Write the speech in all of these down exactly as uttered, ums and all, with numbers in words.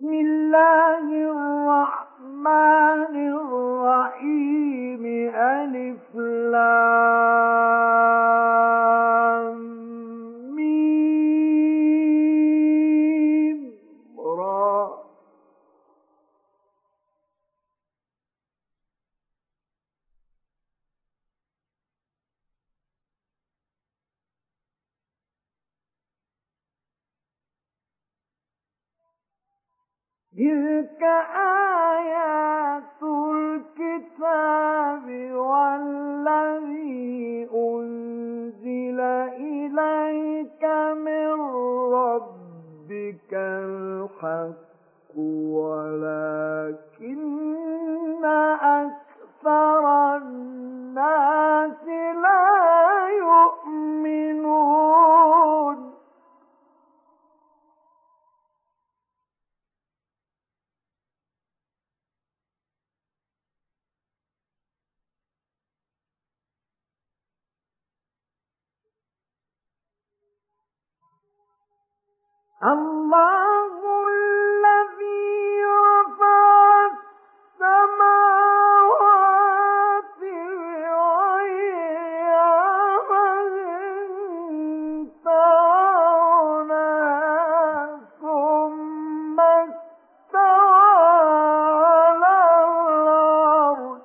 بسم الله الرحمن الرحيم ألف لام ميم را تلك آيات الكتاب والذي أنزل إليك من ربك الحق ولكن أكثر الناس لا يؤمنون الله الذي رفع السماوات بغير عمد ترونها ثم استوى على الأرض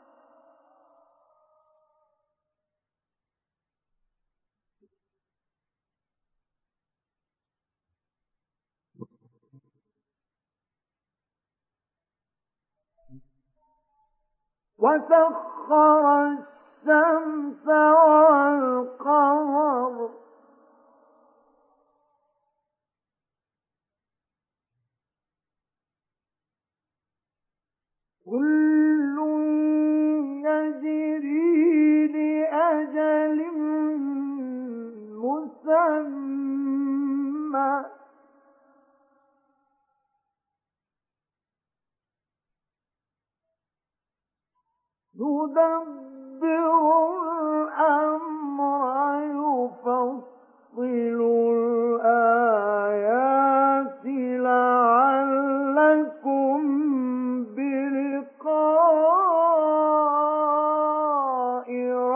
وسخر الشمس والقمر كل يجري لأجل مسمى يدبر الأمر يفصل الآيات لعلكم بلقاء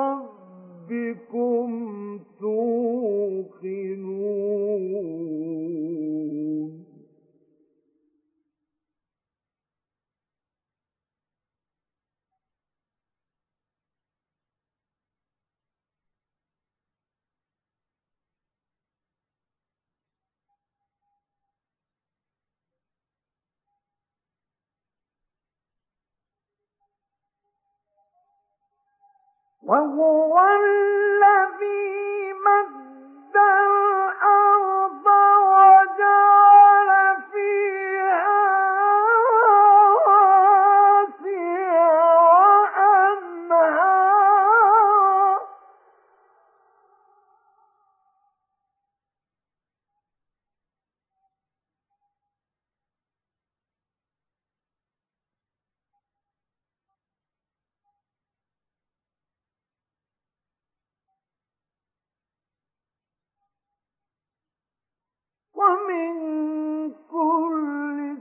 ربكم توقنون وهو الذي مد الأرض وجعل فيها رواسي وأنهارا ومن كل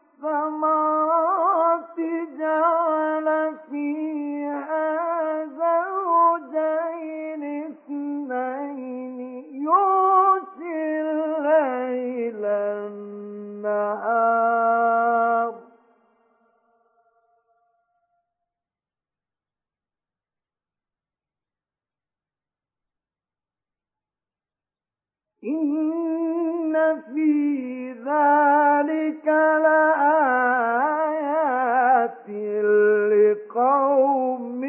الثمرات جعل فيها زوجين اثنين يغشي الليل النهار إن في ذلك لآيات لقوم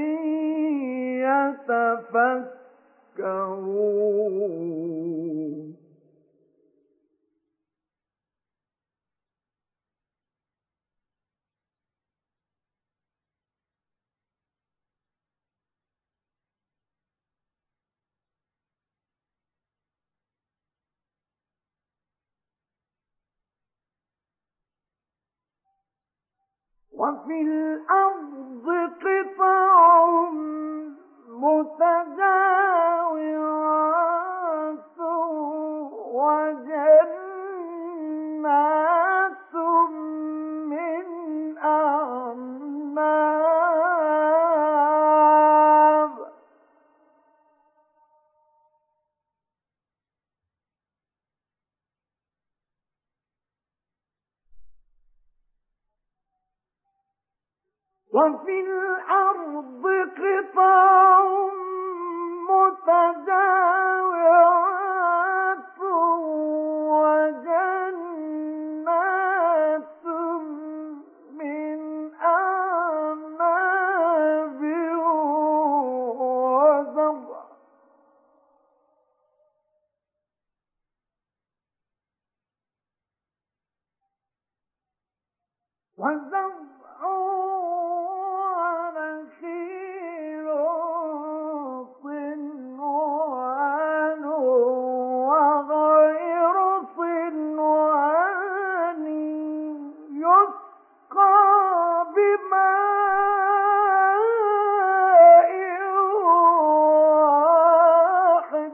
يتفكرون وفي الأرض قطع متجاورات وجنات وفي الأرض قطع متجاورات وجنات من أعناب وزرع وزرع ونخيل صنوان وغير صنوان يسقى بماء واحد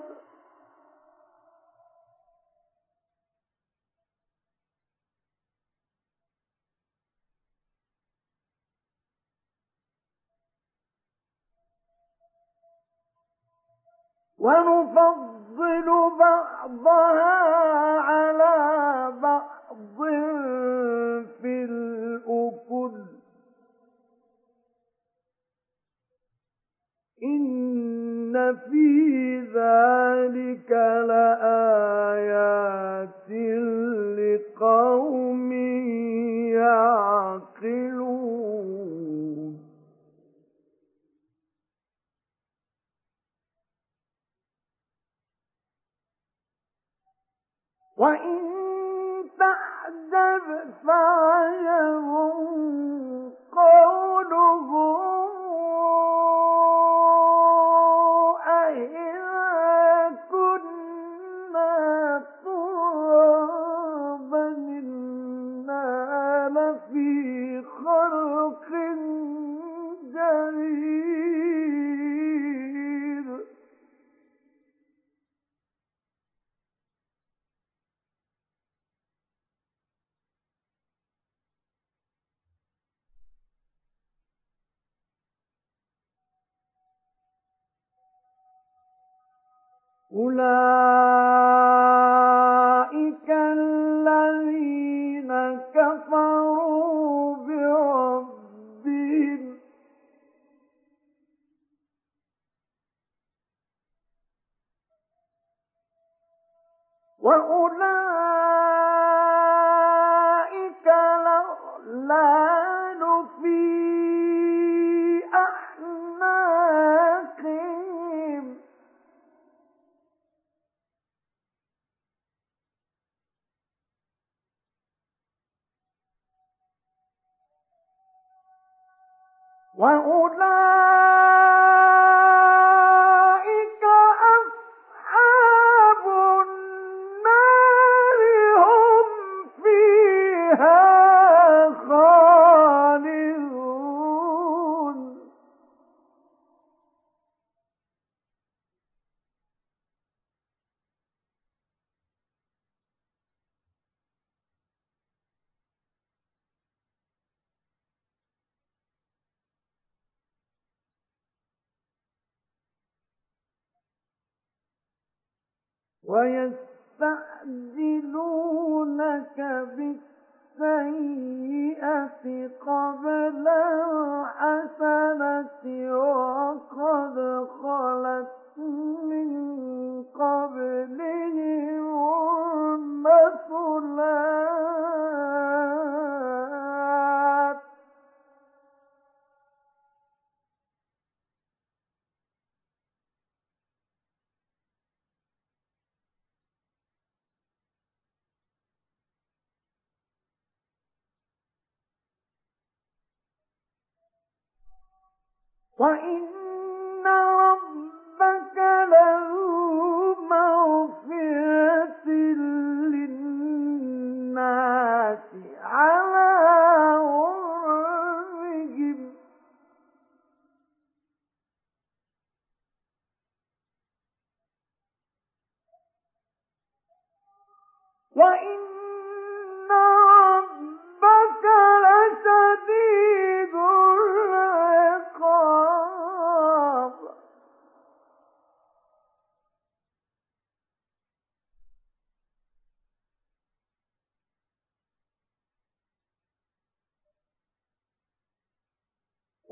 ونفضل بعضها على بعض في الأكل إن في ذلك لآيات لقوم يعقلون وإن تعجب فعجب قولهم أإذا كنا ترابا إنا لفي خلق جديد أولئك الذين كفروا بربهم وأولئك الأغلال في أعناقهم وأولئك أصحاب النار هم فيها خالدون ويستعجلونك بالسيئة قبل الحسنة وقد خلت من قبلهم المثلات وإن ربك لذو مغفرة للناس على ظلمهم وإن ربك لشديد العقاب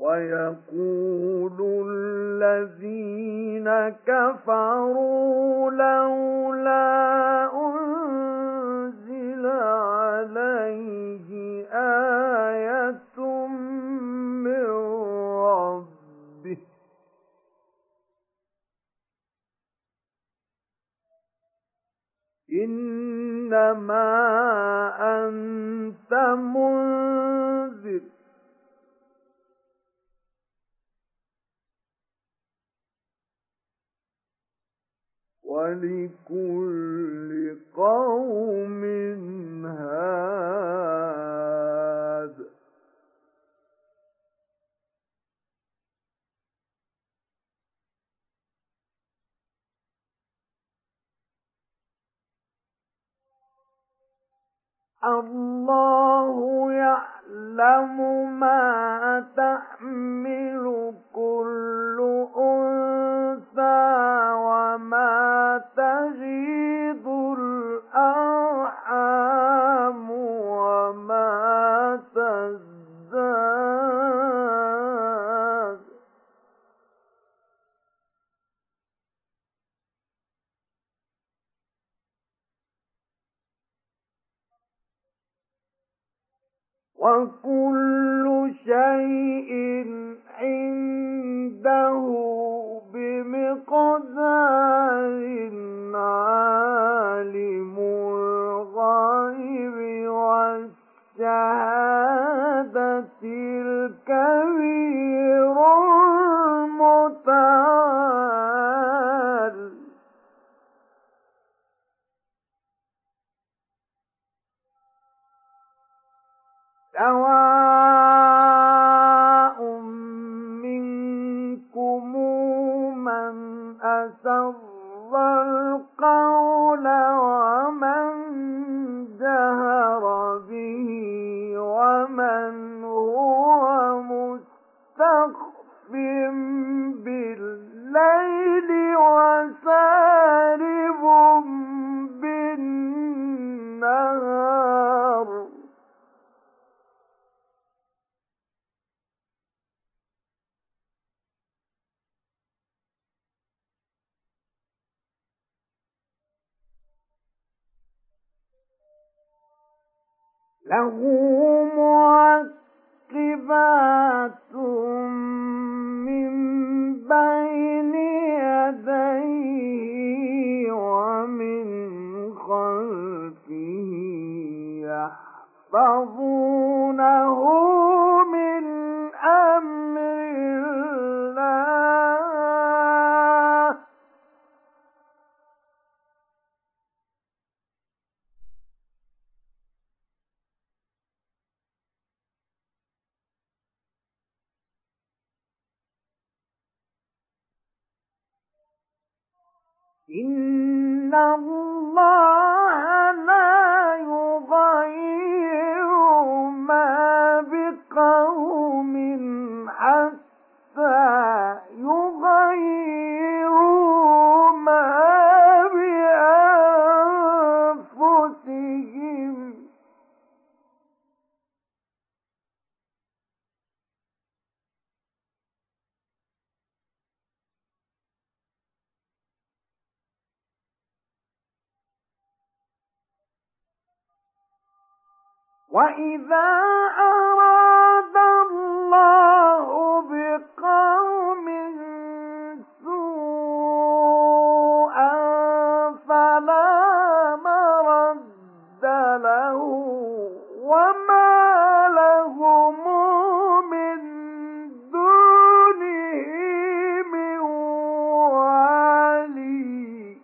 ويقول الذين كفروا لولا أنزل عليه آية من ربه إنما أنت منذر ولكل قوم هاد الله يعلم ما تحمل كل أنثى وما تغيض الأرحام وما تزداد وكل شيء عنده بمقدار عالم الغيب والشهادة الكبير المتعال سواء منكم من أسر القول ومن جهر به ومن هو مستخف بالليل وسارب بالنهار له معقبات من بين يديه ومن خلفه يحفظونه من أمر الله إن الله لا يغير ما بقوم حتى يغيروا ما بأنفسهم وَإِذَا أَرَادَ اللَّهُ بِقَوْمٍ سُوءًا فَلَا مَرَدَّ لَهُ وَمَا لَهُم مِّن دُونِهِ مِن وَالٍ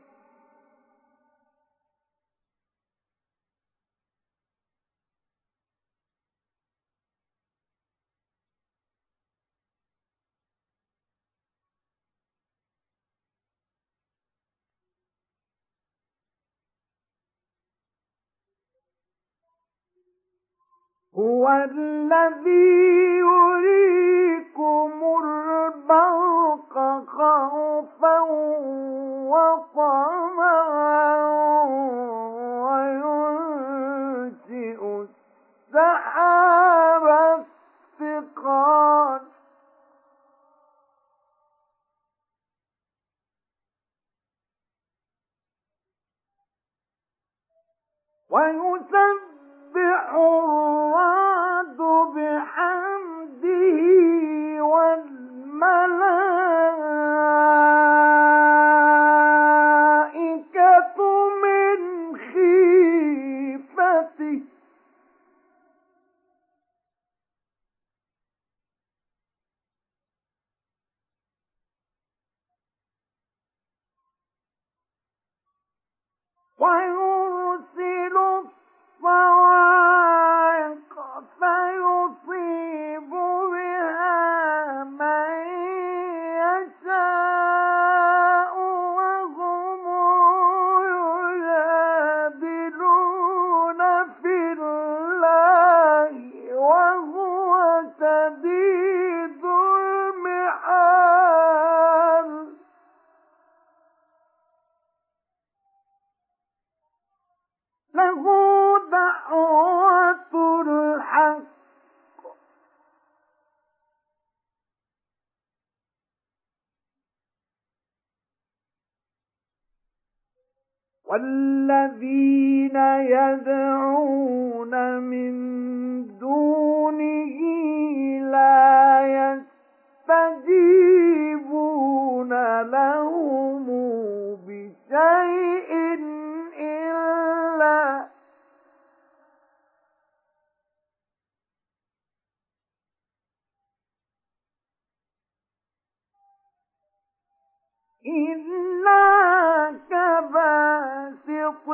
هُوَ الَّذِي يُرِيكُمُ الْبَرْقَ خَوْفًا وَطَمَعًا وَيُنشِئُ السَّحَابَ الثِّقَالَ ويسبح الرعد بحمده والملائكة من خيفته ويرسل الصواعق فيصيب بها من يشاء وهم يجادلون في الله وهو شديد المحال له دعوة الحق والذين يدعون من دونه لا يستجيبون لهم بشيء إلا إلا كباسط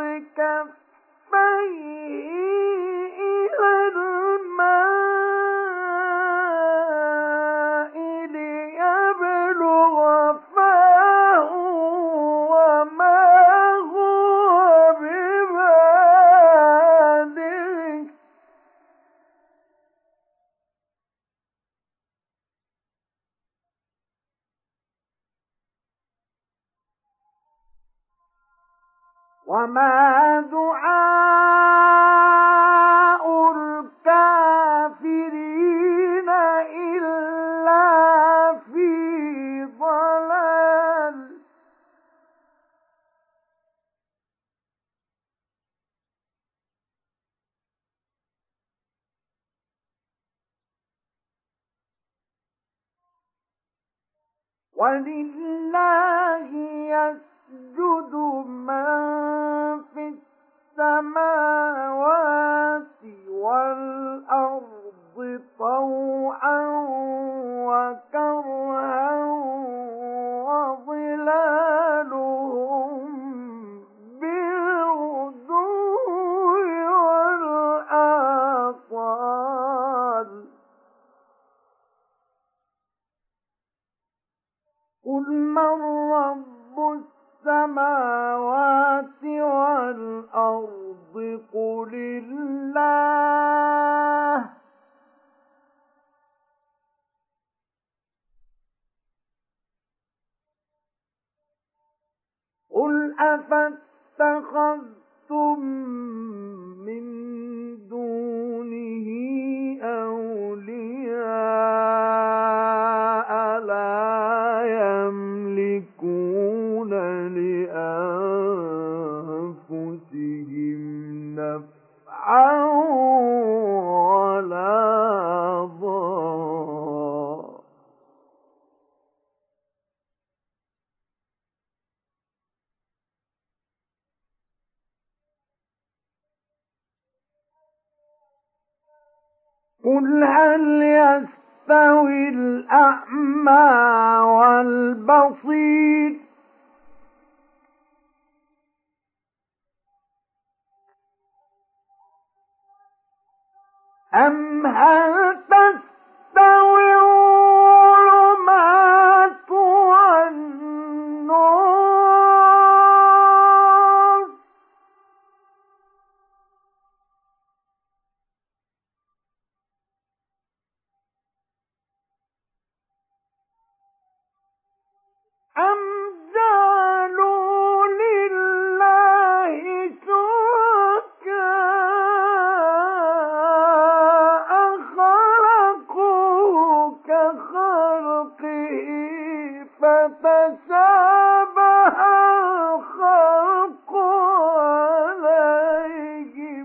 كفيه إلى الماء ليبلغ فاه وما هو ببالغه وما دعاء الكافرين إلا في ضلال ولله يسجد من في السماوات والأرض طوعا وكرها وظلالهم بالغدو والآصال قل من رب السماوات والأرض قل الله قل أفاتخذتم من دونه أولياء لا يملكون لأنفسهم نفعا ولا ضرا قل هل يستوي الأعمى والبصير أم هل تستوي الظلمات والنور أم جعلوا لله شركاء خلقوا كخلقه فتشابه الخلق عليهم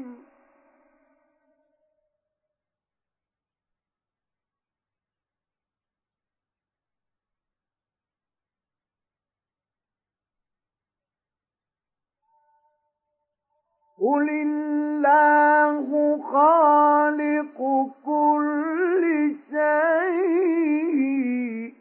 قل الله خالق كل شيء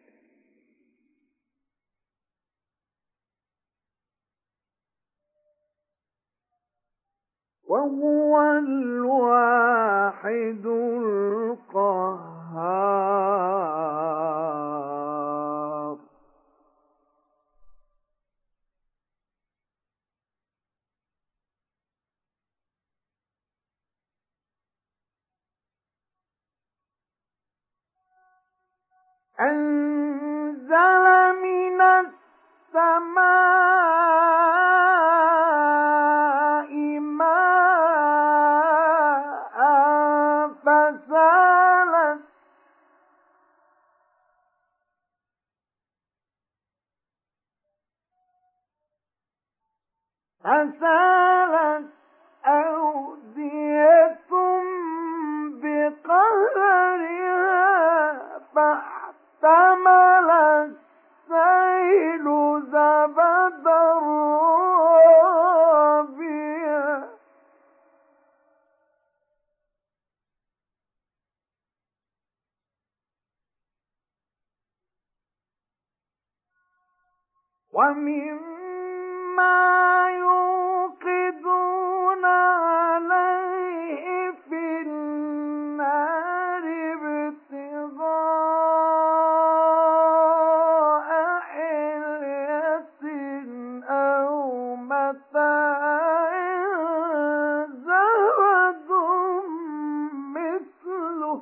وهو الواحد القهار. أنزل من السماء ماء فسالت فسالت أودية بقدرها فاحتمل السيل زبدا رابيا ومما يوقدون عليه في النار ابتغاء حلية أو متاع زبد مثله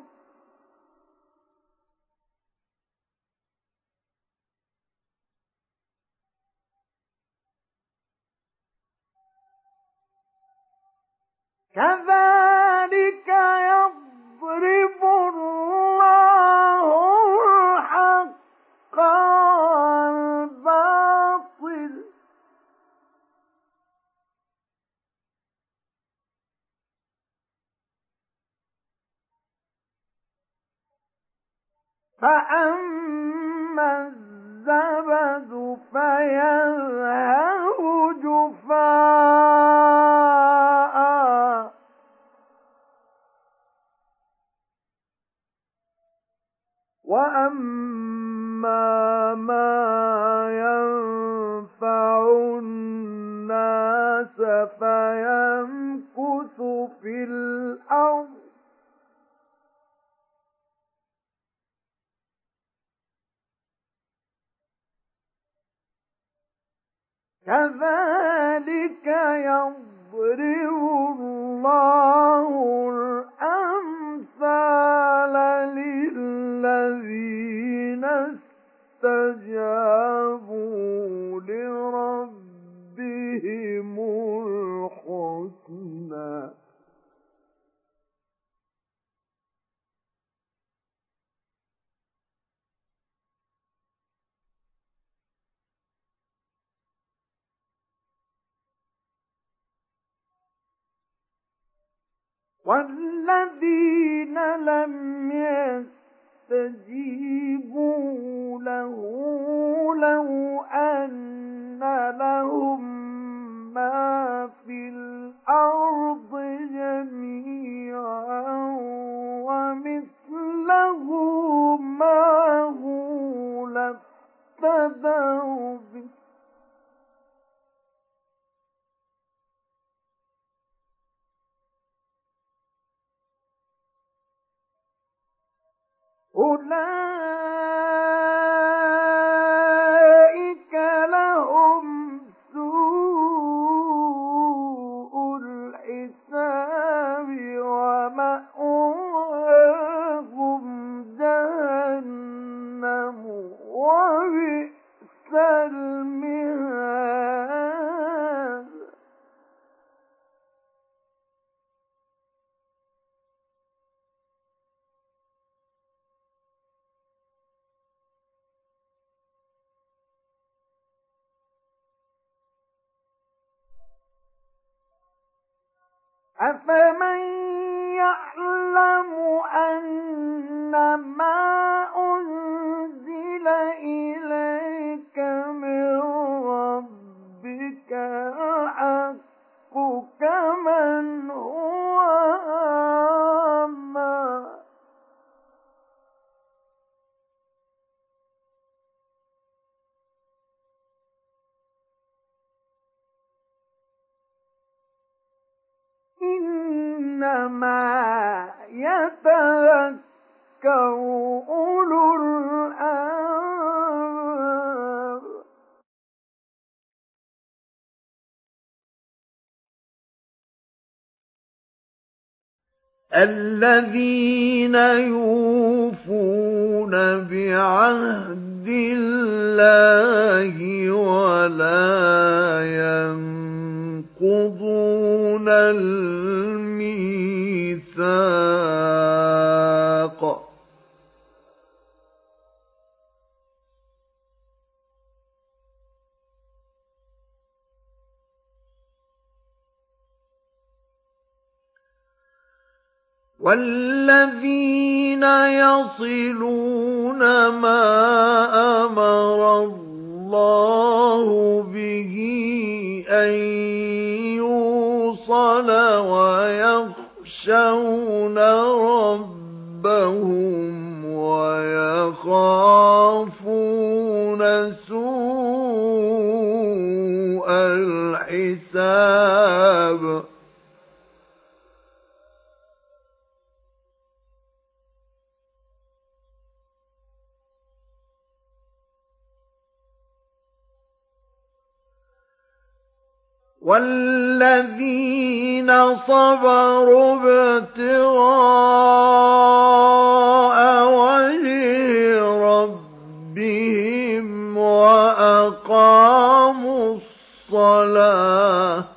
كذلك يضرب الله الحق والباطل فأما الزبد فيذهب جفاء وأما ما ينفع الناس فيمكث في الأرض كذلك يضرب الله الأمثال للذين استجابوا لربهم الحسنى والذين لم يستجيبوا له لو أن لهم ما في الأرض جميعا ومثله معه لافتدوا به أولئك لهم سوء الحساب ومأواهم جهنم وبئس المهاد أفمن يعلم أنما أنزل إليك من ربك الحق إنما يتذكر أولو الألباب. الذين يوفون بعهد الله ولا ينقضون الميثاق. والذين يصلون ما أمر الله به أن يوصل ويخشون ربهم ويخافون سوء الحساب. والذين صبروا ابتغاء وجه ربهم وأقاموا الصلاة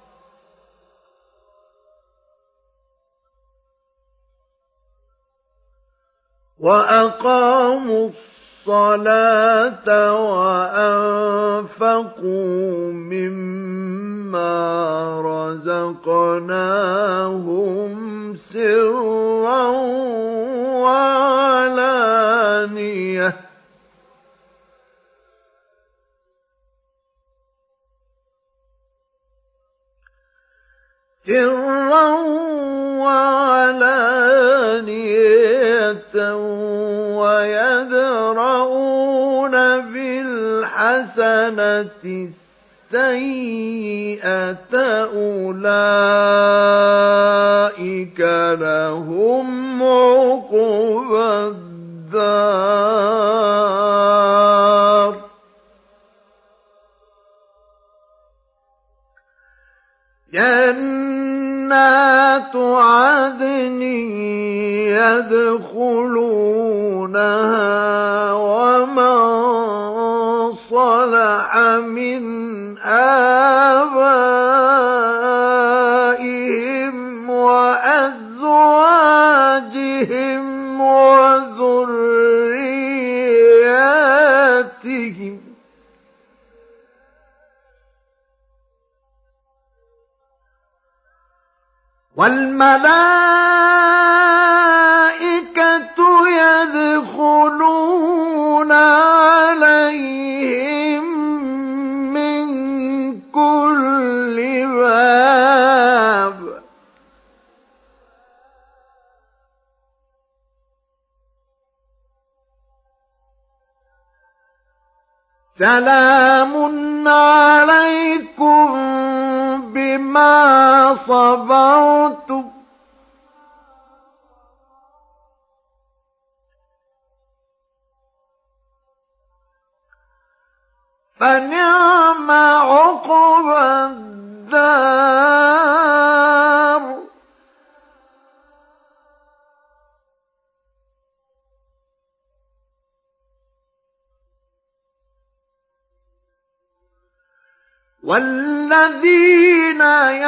وأقاموا الصلاة وأنفقوا مما رزقناهم سرا وعلانية سرا وعلانية ويدرؤون بالحسنة السيئة أولئك لهم عقبى الدار. جنات عدن يدخلونها ومن صلح من آبائهم وأزواجهم وذرياتهم والملائكة يدخلون عليهم من كل باب سلام عليكم بما صبرتم فنعم عقبى الدار. والذين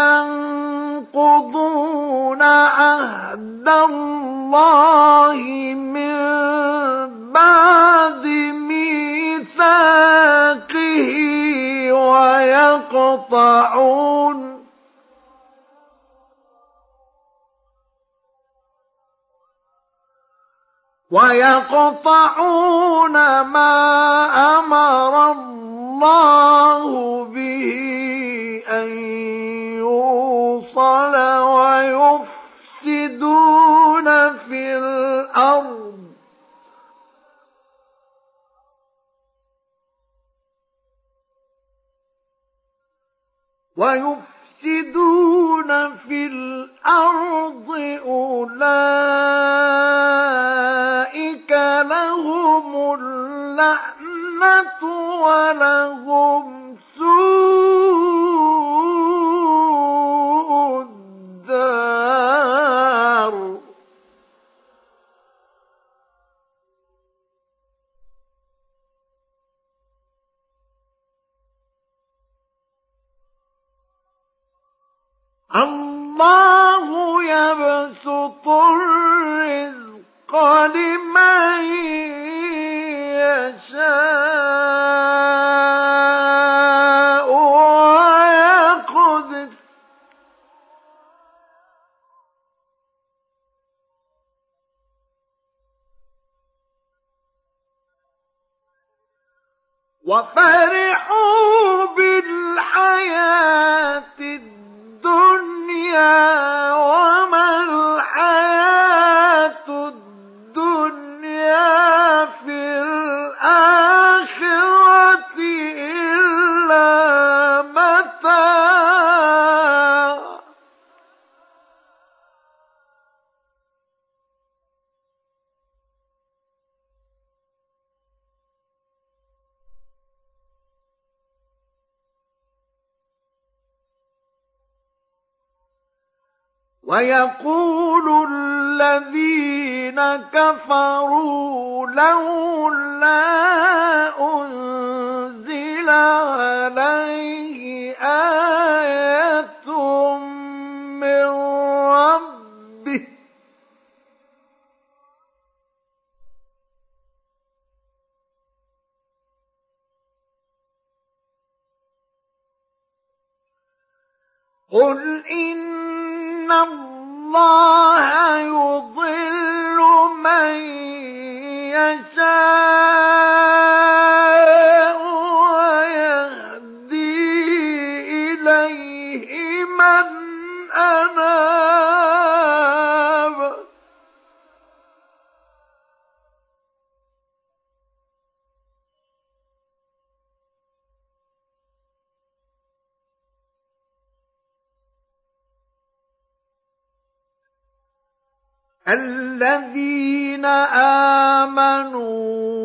ينقضون عهد الله من بعد ميثاقه ويقطعون ويقطعون ما أمر الله به أن يوصل ويفسدون في الأرض ويفسدون في الأرض الأرض أولئك لهم اللعنة ولهم سوء الدار الله يبسط الرزق لمن يشاء ويقدر وفرحوا بالحياة الدنيا وما الحياة الدنيا في الآخرة إلا متاع ويقول الذين كفروا لولا أنزل عليه آية من ربه قل إن الله يضل من يشاء ويهدي إليه من أناب الذين آمنوا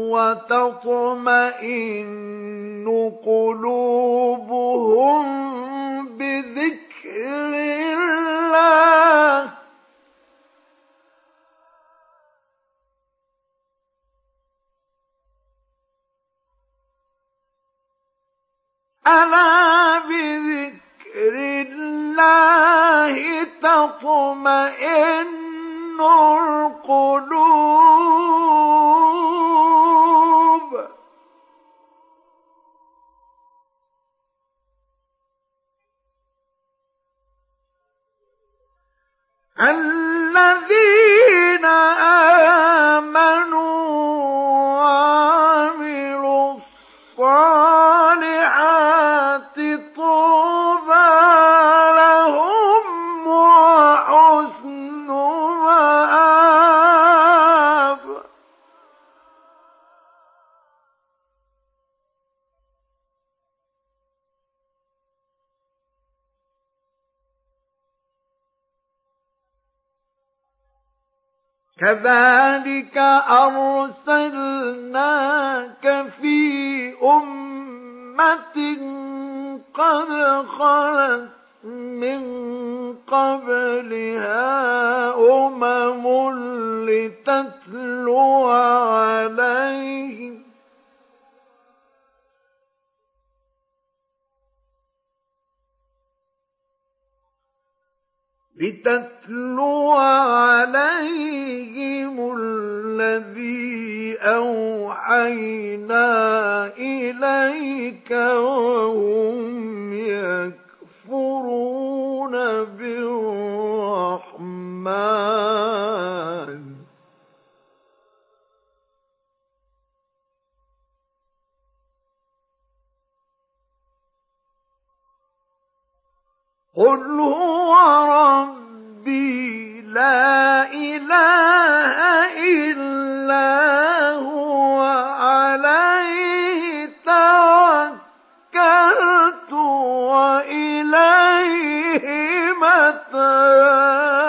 وتطمئن قلوبهم بذكر الله ألا بذكر الله تطمئن القلوب الذين آمنوا وعملوا الصالحات طوبى لهم وحسن مآب كذلك أرسلناك في أمة قد خلت من قبلها أمم لتتلو عليهم لتتلو عليهم الذي أوحينا إليك وهم يكفرون بالرحمن قل هو ربي لا إله إلا هو عليه توكلت وإليه متاب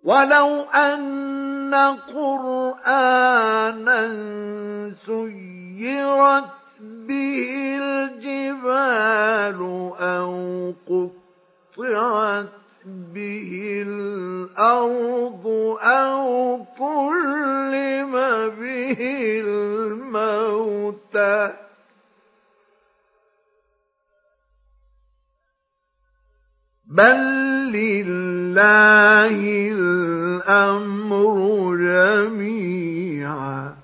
ولو أن قرآنا سيرت به الجبال أو قطعت به الأرض أو كلم به الموتى بل لله الأمر جميعا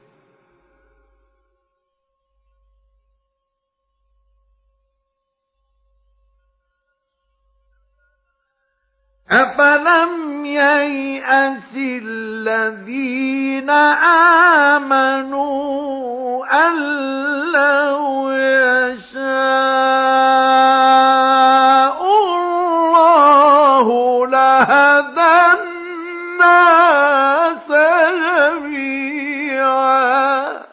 أفلم ييأس الذين آمنوا أن لو يشاء الله لهدى الناس جميعا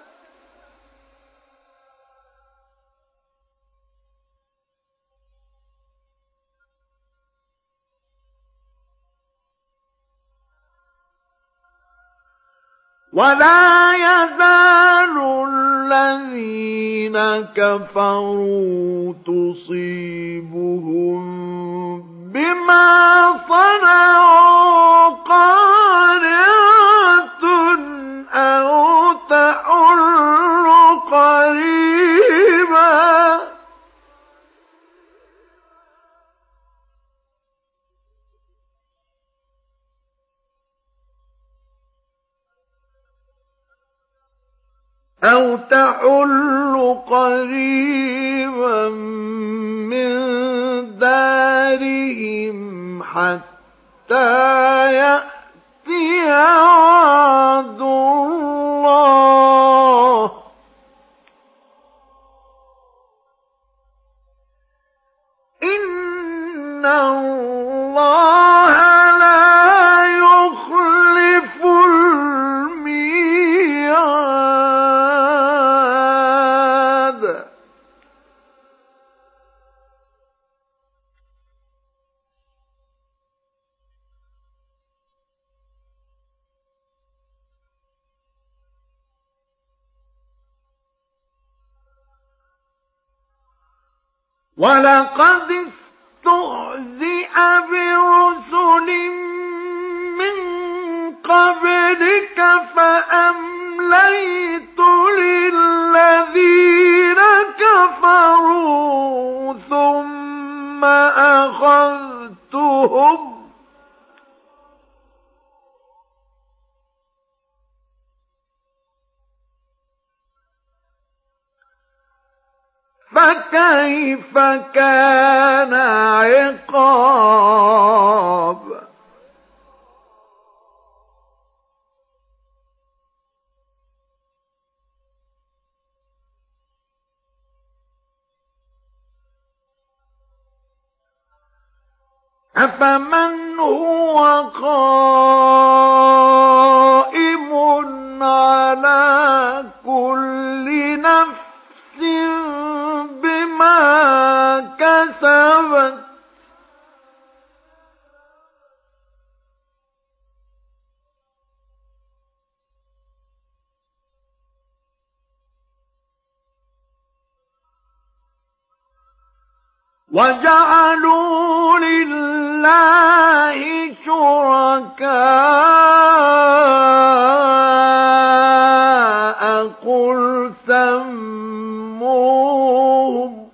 ولا يزال الذين كفروا تصيبهم بما صنعوا قارعة أو تحل قريبا أو تحل قريبا من دارهم حتى يأتي وعد الله إن الله لا يخلف الميعاد ولقد استهزئ برسل من قبلك فأمليت للذين كفروا ثم أخذتهم فكيف كان عقاب أفمن هو قائم على كل نفس بما كسبت وجعلوا لله شركاء قل سموهم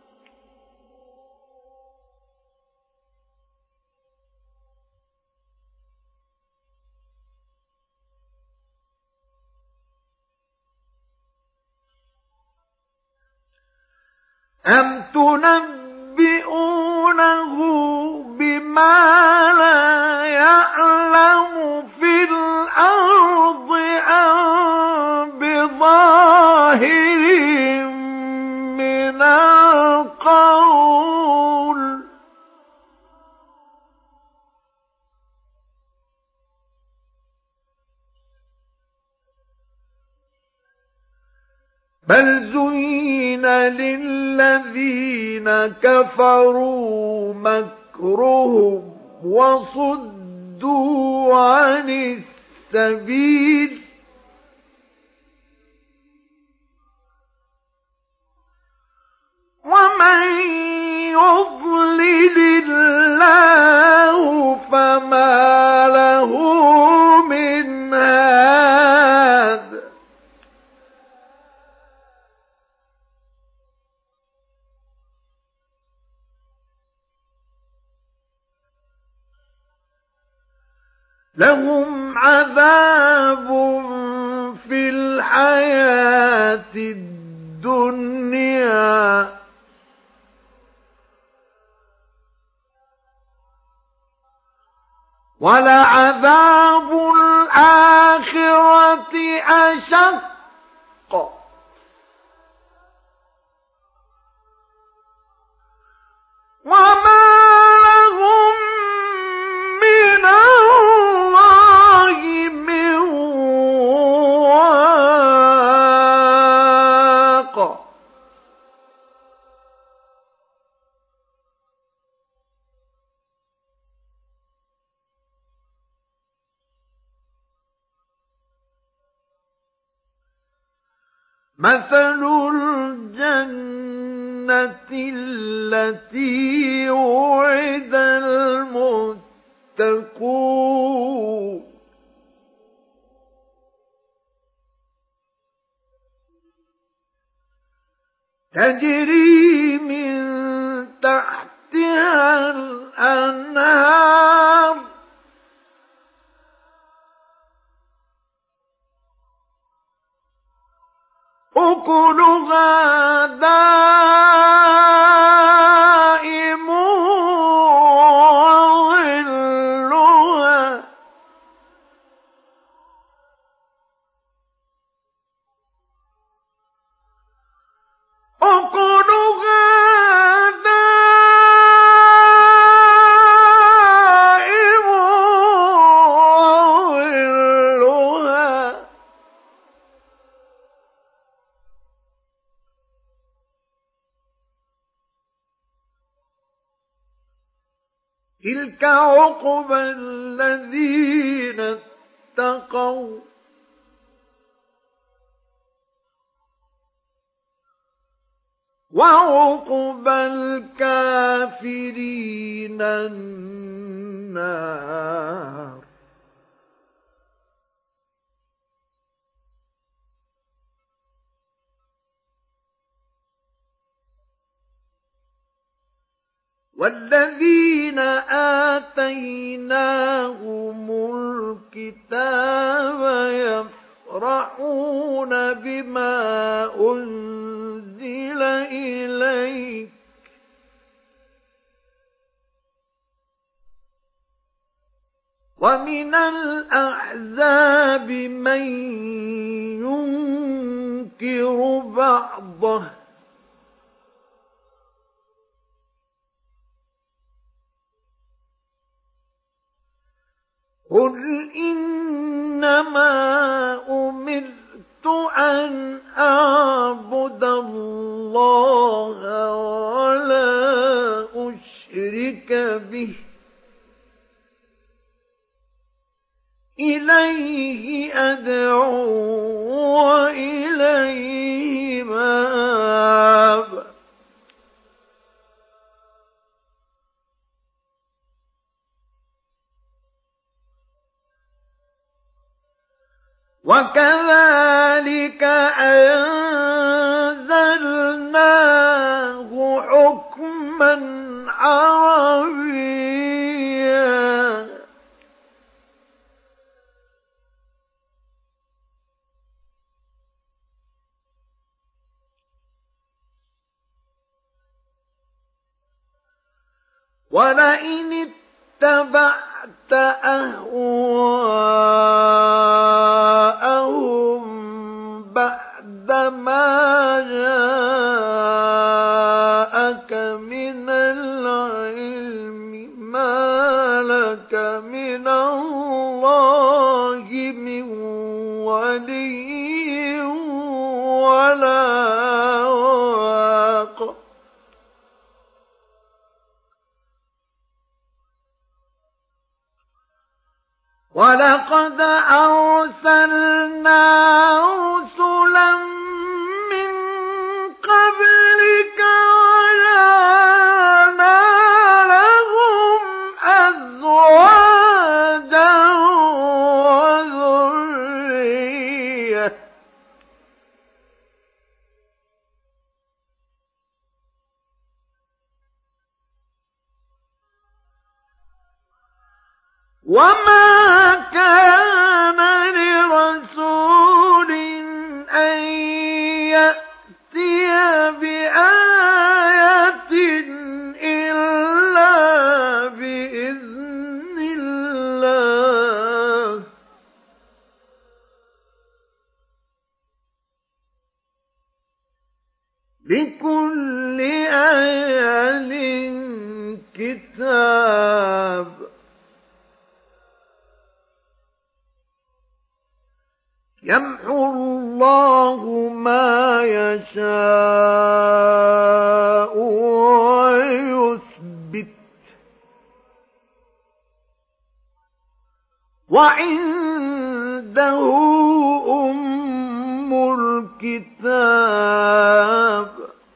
أم تنبئونه بما لا يعلم في الأرض أم بظاهر من القول بل زين للذين كفروا مكرهم وصدوا وصدوا عن السبيل ومن يضلل الله فما له من هاد لهم عذاب في الحياة الدنيا ولعذاب الآخرة أشق وما لهم من الله من واق مثل الجنة التي وعد المتقون تجري من تحتها الأنهار أكلها دائم وظلها أكلها دائم وظلها تلك عقبى الذين اتقوا وعقبى الكافرين النار والذين آتيناهم الكتاب يفرحون بما أنزل إليك ومن الأحزاب من ينكر بعضه قل إنما أمرت أن أعبد الله ولا أشرك به إليه أدعو وإليه مآب وكذلك أنزلناه حكما عربيا ولئن اتبعت أهواءهم بعدما جاءك من العلم ما لك من الله من ولي ولا واق وَلَقَدْ أَرْسَلْنَا رُسُلًا مِّن قَبْلِكَ وَجَعَلْنَا لَهُمْ أَزْوَاجًا وَذُرِّيَّةً ۚ وَمَا كَانَ لِرَسُولٍ أَن يَأْتِيَ بِآيَةٍ إِلَّا بِإِذْنِ اللَّهِ ۚ لِكُلِّ أَجَلٍ كِتَابٌ. يَمْحُو اللَّهُ مَا يَشَاءُ وَيُثْبِتُ ۖ وَعِندَهُ أُمُّ الْكِتَابِ.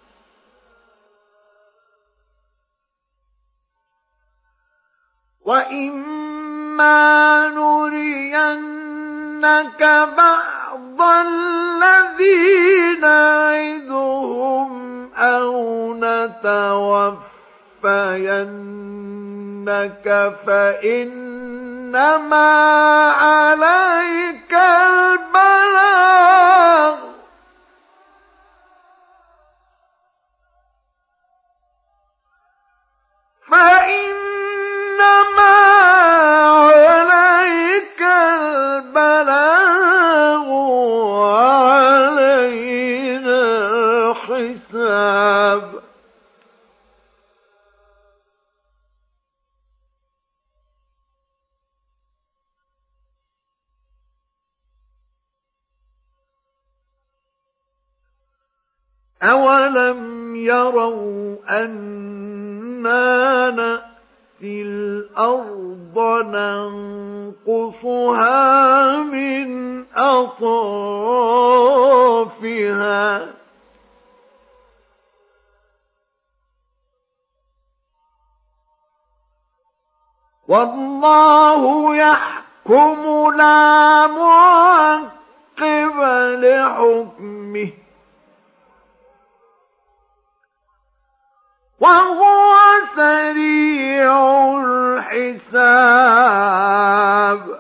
وَإِمَّا نُرِيَنَّكَ بَعْضَ الَّذِي نَعِدُهُمْ أَوْ نَتَوَفَّيَنَّكَ فَإِنَّمَا عَلَيْكَ الْبَلَاغُ ۗ فَإِنَّمَا عَلَيْكَ الْبَلَاغُ وَعَلَيْنَا الْحِسَابُ. أَوَلَمْ يَرَوْا أَنَّا نَأْتِي الْأَرْضَ نَنقُصُهَا مِنْ أَطْرَافِهَا ۚ وَاللَّهُ يَحْكُمُ لَا مُعَقِّبَ لِحُكْمِهِ ۚ وَهُوَ سَرِيعُ الْحِسَابِ.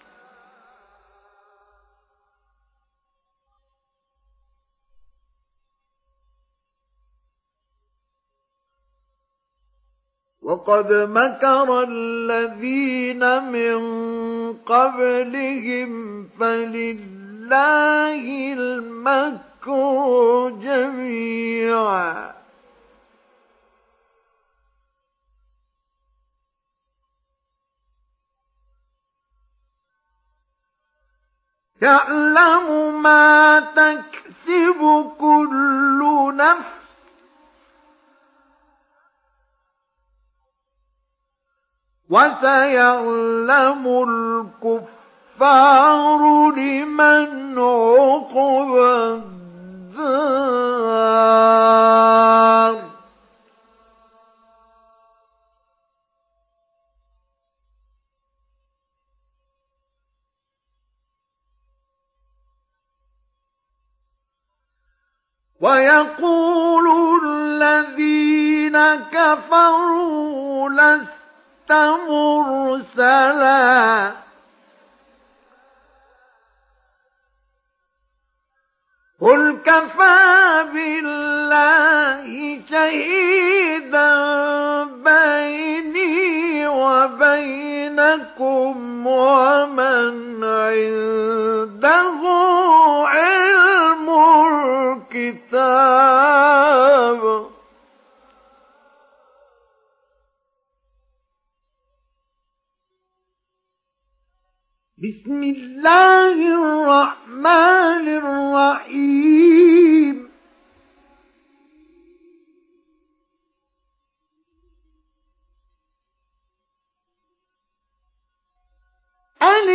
وَقَدْ مَكَرَ الَّذِينَ مِن قَبْلِهِمْ فَلِلَّهِ الْمَكْرُ جَمِيعًا ۖ يَعْلَمُ مَا تَكْسِبُ كُلُّ نَفْسٍ ۗ وَسَيَعْلَمُ الْكُفَّارُ لِمَنْ عُقْبَى الدَّارِ. وَيَقُولُ الَّذِينَ كَفَرُوا لَسْتَ مُرْسَلًا ۚ قُلْ كَفَىٰ بِاللَّهِ شَهِيدًا بَيْنِي وَبَيْنَكُمْ وَمَنْ عِندَهُ عِلْمُ الْكِتَابِ. بسم الله الرحمن الرحيم. ألف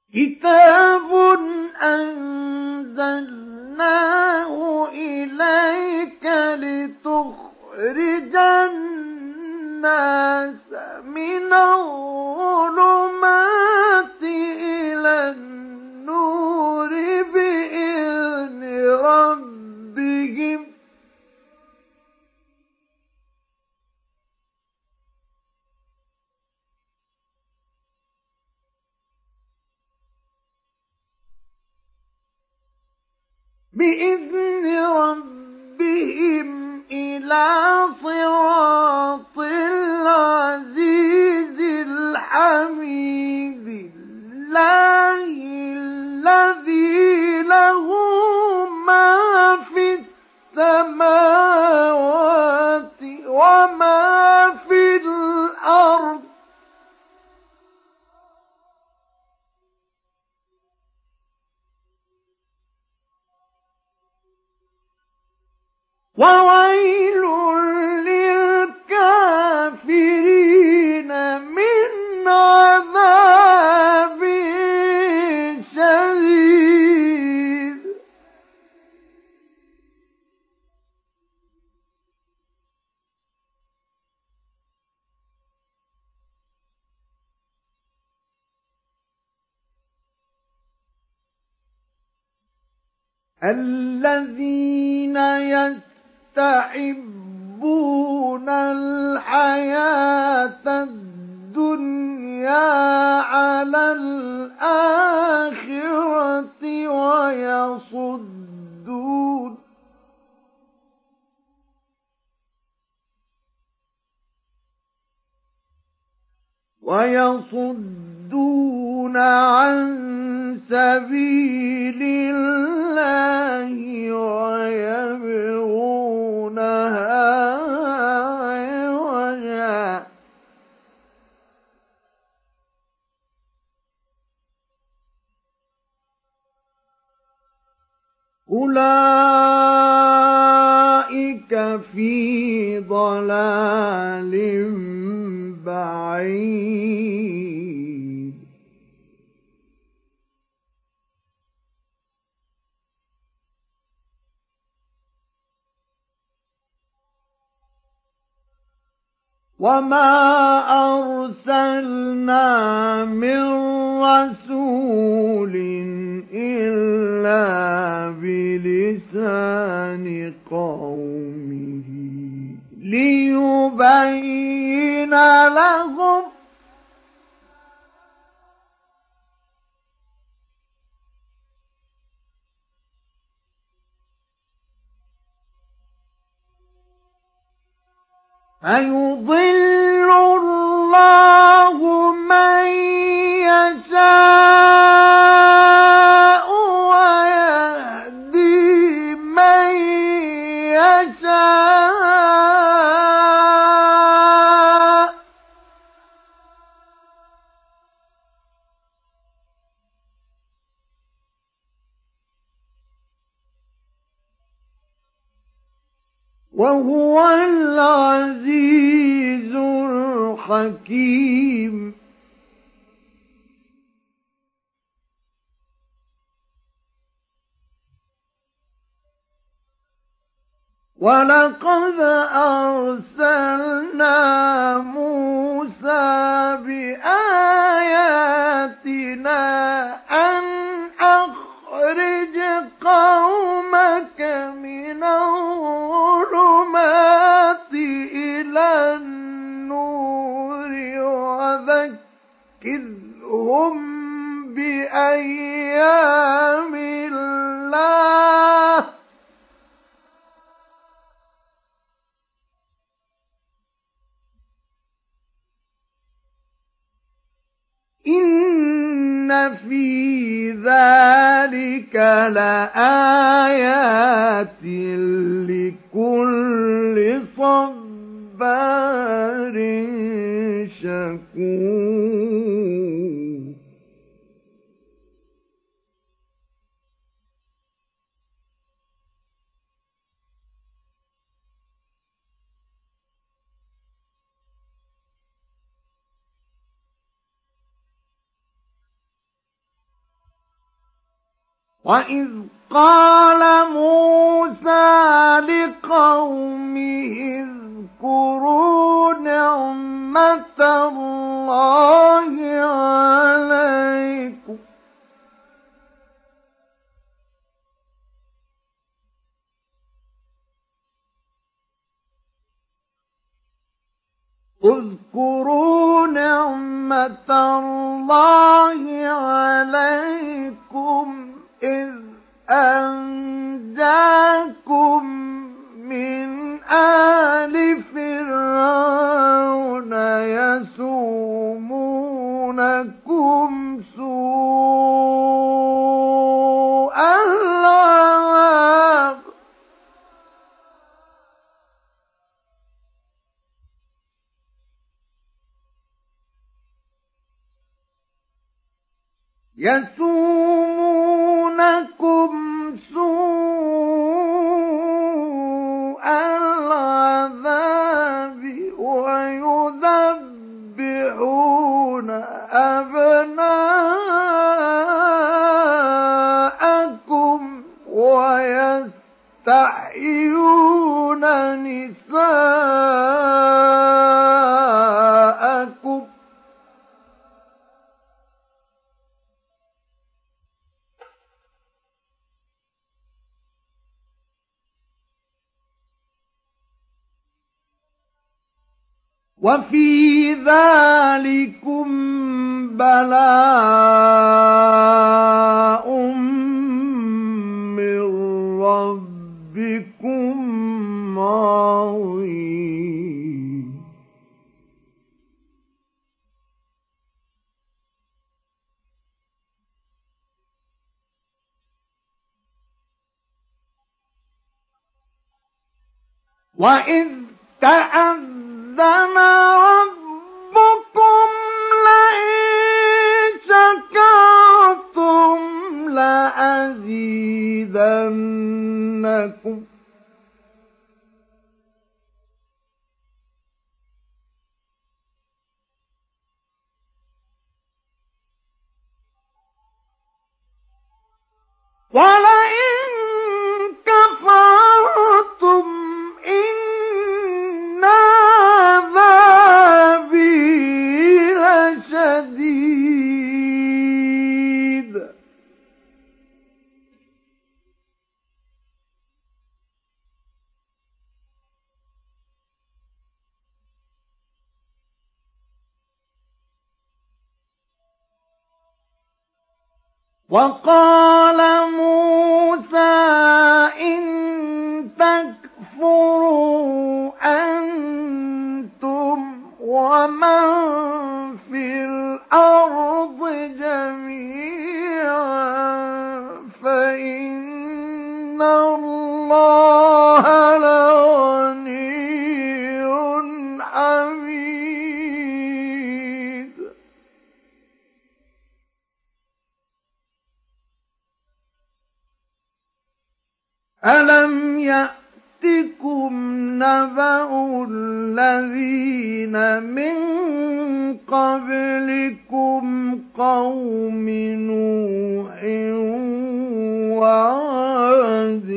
كتاب أنزلناه إليك لتخرج الناس من الظلمات إلى النور بإذن ربهم بإذن ربهم إلى صراط العزيز الحميد الله الذي له ما في السماوات وما في الأرض وويل للكافرين من عذاب شديد الذين يستحبون الحياة الدنيا على الآخرة ويصدون ويصدون عن سبيل الله ويبغونها عوجا أولئك في ضلال بعيد وما أرسلنا من رسول إلا بلسان قومه ليبين لهم فيضل الله من يشاء ويهدي من يشاء وهو العزيز الحكيم ولقد أرسلنا موسى بآياتنا أن أخرج قومك من الظلمات إلى النور وذكرهم بأيام الله إن في ذلك لآيات لكل صبار شكور وَإِذْ قَالَ مُوسَى لِقَوْمِهِ اذْكُرُوا نِعْمَةَ اللَّهِ عَلَيْكُمْ اذْكُرُوا نِعْمَةَ اللَّهِ عَلَيْكُمْ إِذْ أَنْجَاكُمْ مِنْ آلِ فِرْعَوْنَ يَسُومُونَكُمْ سُوءَ الْعَذَابِ يَسُومُونَكُمْ سُوءَ الْعَذَابِ وَيُذَبِّحُونَ أَبْنَاءَكُمْ وَيَسْتَحْيُونَ نِسَاءَكُمْ وَفِي ذَلِكُمْ بَلَاءٌ مِّن رَّبِّكُمْ عَظِيمٌ وَإِذْ تَأَذَّنَ رَبُّكُمْ لَئِن شَكَرْتُمْ لَأَزِيدَنَّكُمْ وَلَئِن كَفَرْتُمْ إِنَّ عَذَابِي لَشَدِيدٌ وَقَالَ مُوسَى إِن تَكْفُرُوا أَنتُمْ وَمَن فِي الْأَرْضِ جَمِيعًا فَإِنَّ اللَّهَ لَغَنِيٌّ حَمِيدٌ أَلَمْ يَأْتِكُمْ نَبَأُ الَّذِينَ مِن قَبْلِكُمْ قَوْمِ نُوحٍ وَعَادٍ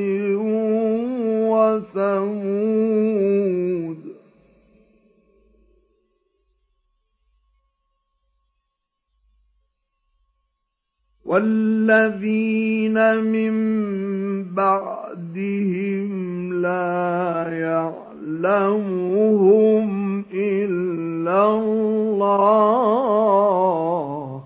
وَثَمُودَ وَالَّذِينَ مِن بَعْدِهِمْ لَا يَعْلَمُهُمْ إِلَّا اللَّهُ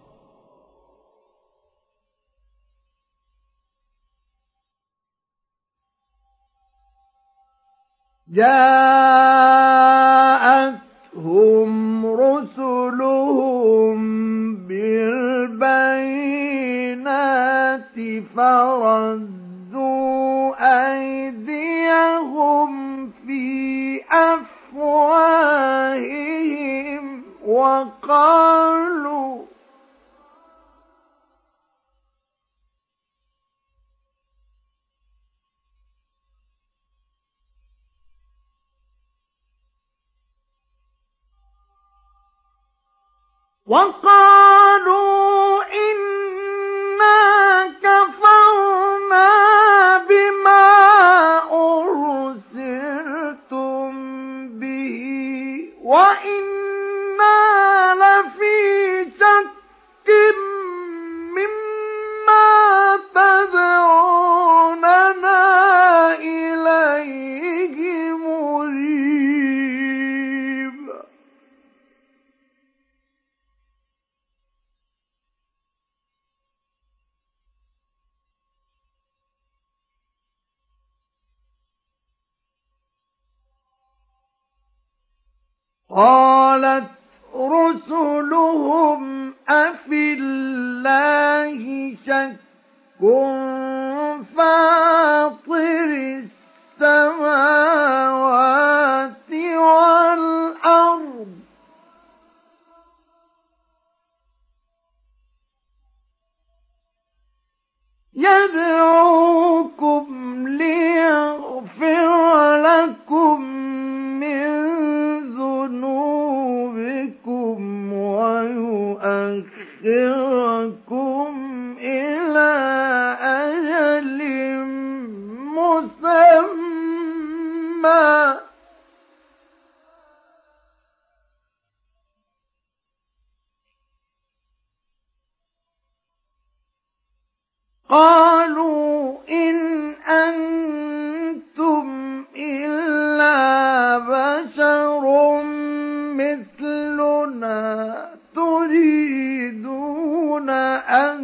جَاءَتْهُمْ رُسُلُهُم بِالْبَيِّنَاتِ فَرَدُّوا أَيْدِيَهُمْ فِي أَفْوَاهِهِمْ وَقَالُوا وَقَالُوا إِنَّا كَفَرْنَا وَإِنَّا لَفِي شَكٍّ مِّمَّا تَدْعُونَنَا إِلَيْهِ مُرِيبٍ قَالَتْ رُسُلُهُمْ أَفِي اللَّهِ شَكٌّ فَاطِرِ السَّمَاوَاتِ وَالْأَرْضِ يَدْعُوكُمْ لِيَغْفِرَ لَكُم مِّن ذُنُوبِكُمْ وَيُؤَخِّرَكُمْ إِلَىٰ أَجَلٍ مُّسَمًّى قَالُوا إِنْ أَنتُمْ إِلَّا بَشَرٌ مِّثْلُنَا تُرِيدُونَ أَن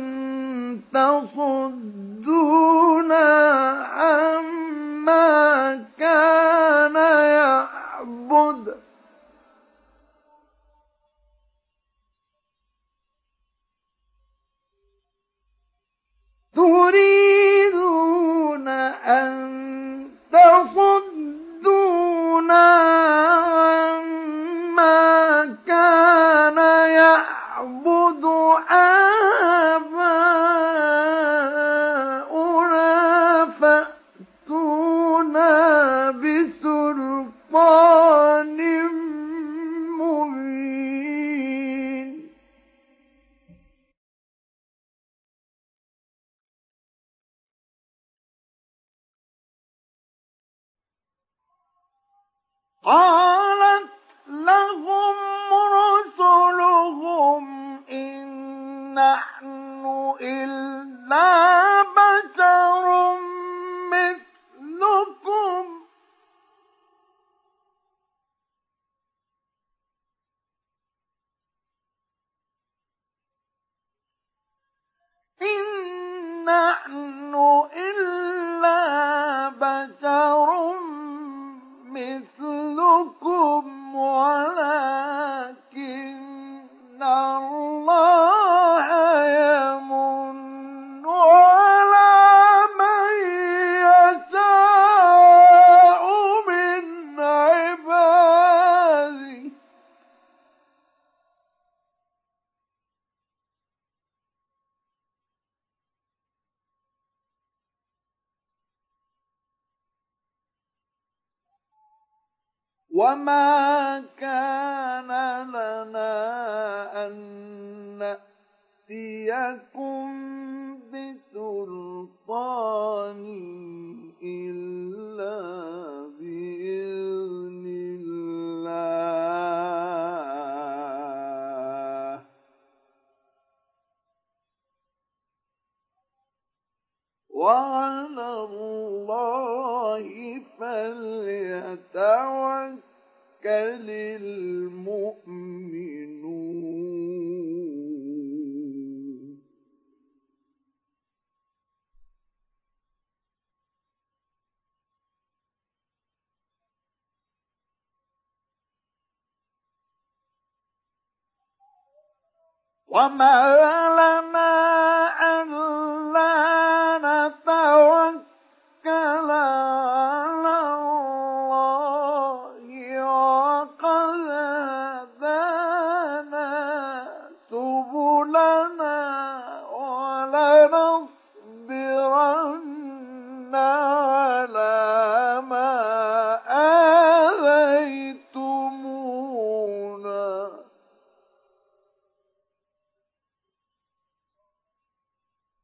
تَصُدُّونَا عَمَّا كَانَ يَعْبُدُ تُرِيدُونَ أَن تَصُدُّونَا عَمَّا كَانَ يَعْبُدُ آبَاؤُنَا فَأْتُونَا بِسُلْطَانٍ مُّبِينٍ قَالَتْ لَهُمْ رُسُلُهُمْ إِن نَّحْنُ إِلَّا بَشَرٌ مِّثْلُكُمْ إِن نَّحْنُ إِلَّا بَشَرٌ مِّثْلُكُمْ وَلَٰكِنَّ اللَّهَ يَمُنُّ عَلَىٰ مَن يَشَاءُ مِنْ عِبَادِهِ وَمَا كَانَ لَنَا أَن نَّأْتِيَكُم بِسُلْطَانٍ إِلَّا بِإِذْنِ اللَّهِ وَعَلَى اللَّهِ فَلْيَتَوَكَّلِ الْمُؤْمِنُونَ وَمَا لَنَا أَلَّا نَتَوَكَّلَ عَلَى اللَّهِ وَقَدْ هَدَانَا سُبُلَنَا وَلَنَصْبِرَنَّ عَلَىٰ مَا آذَيْتُمُونَا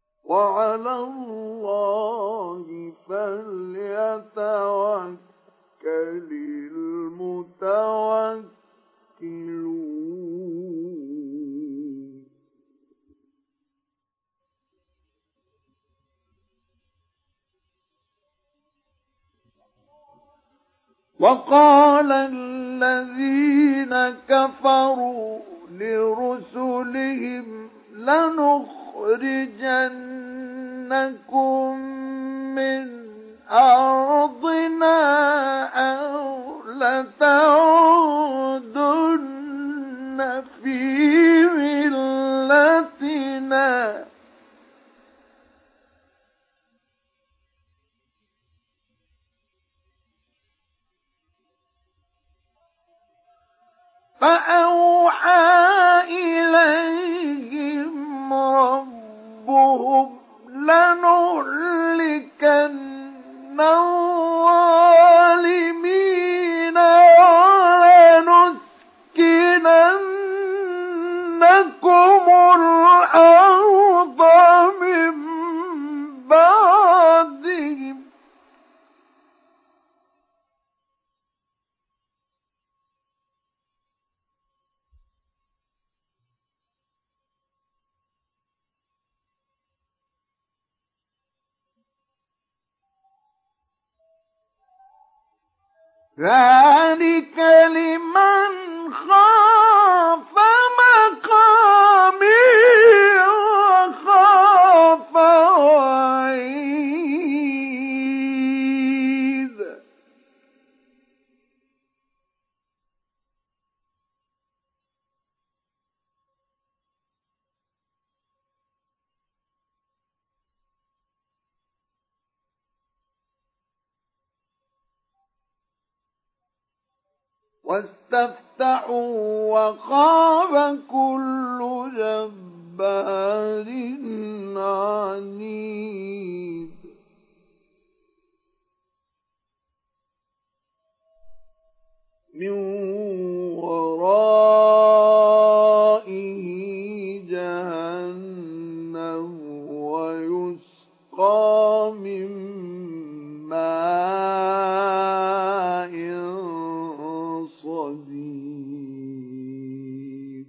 الذين كفروا لرسلهم لنخرجنكم من أرضنا أو لتعودن في ملتنا فأوحى إليهم ربهم لنهلكن الظالمين ولنسكننكم الأرض من بعدهم ذلك لمن خاف مقامي وخاف وعيد واستفتحوا وخاب كل جبار عنيد من ورائه جهنم ويسقى من ماء صديد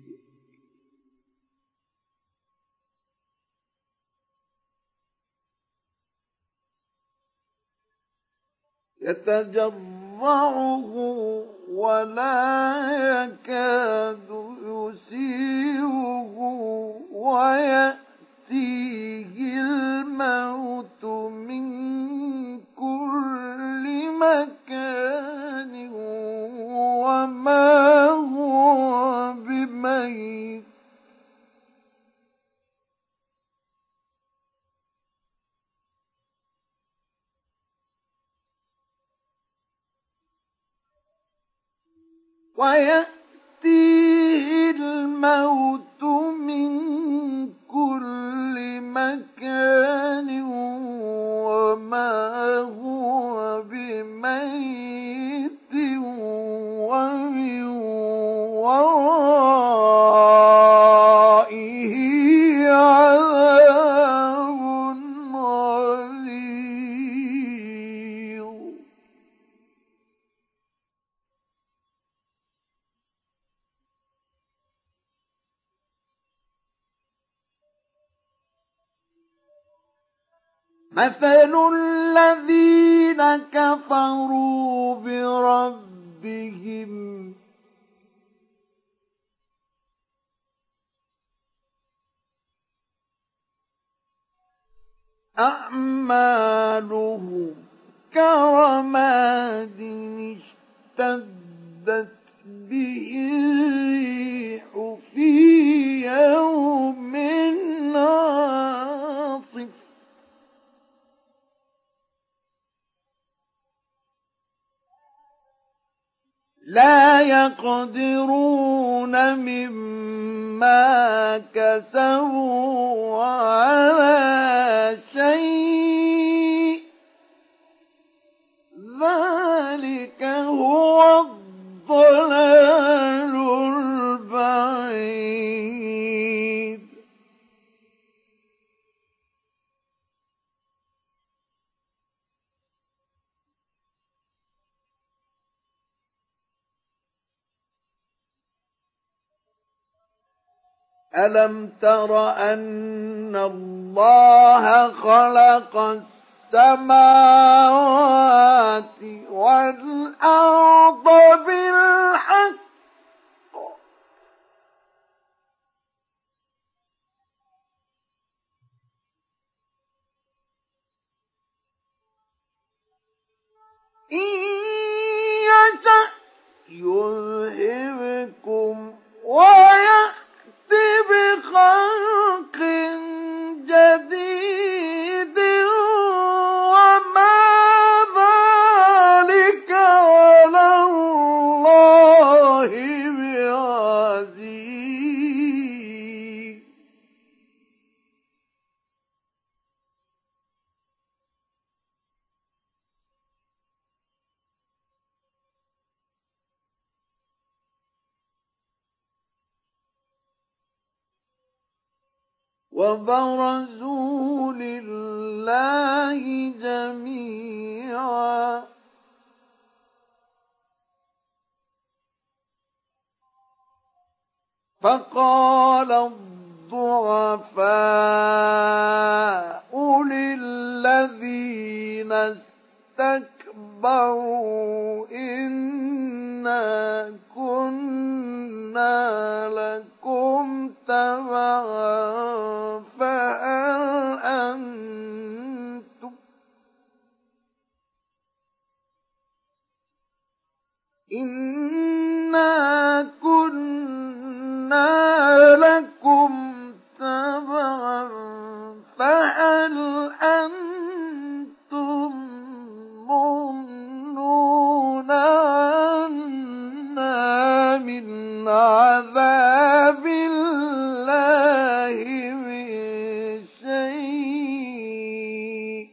يتجرعه ولا يكاد يسيغه ويأتيه الموت من كل مكان وما هو بميت ويأتيه الموت من كل مكان وما هو بميت ومن ورائه عذاب غليظ مثل الذين كفروا بربهم أعمالهم كرماد اشتدت به الريح في يوم عاصف لا يقدرون مما كسبوا على شيء ذلك هو الضلال البعيد ألم تر أن الله خلق السماوات والأرض بالحق إن يشأ يذهبكم ويأت بخلق جديد وما ذلك على الله بعزيز. وبرزوا لله جميعا فقال الضعفاء للذين استكبروا إنا كنا لكم تبعا فهل أنتم إنا كنا لكم تبعا فهل أنتم مغنون عنا من عذاب الله من شيء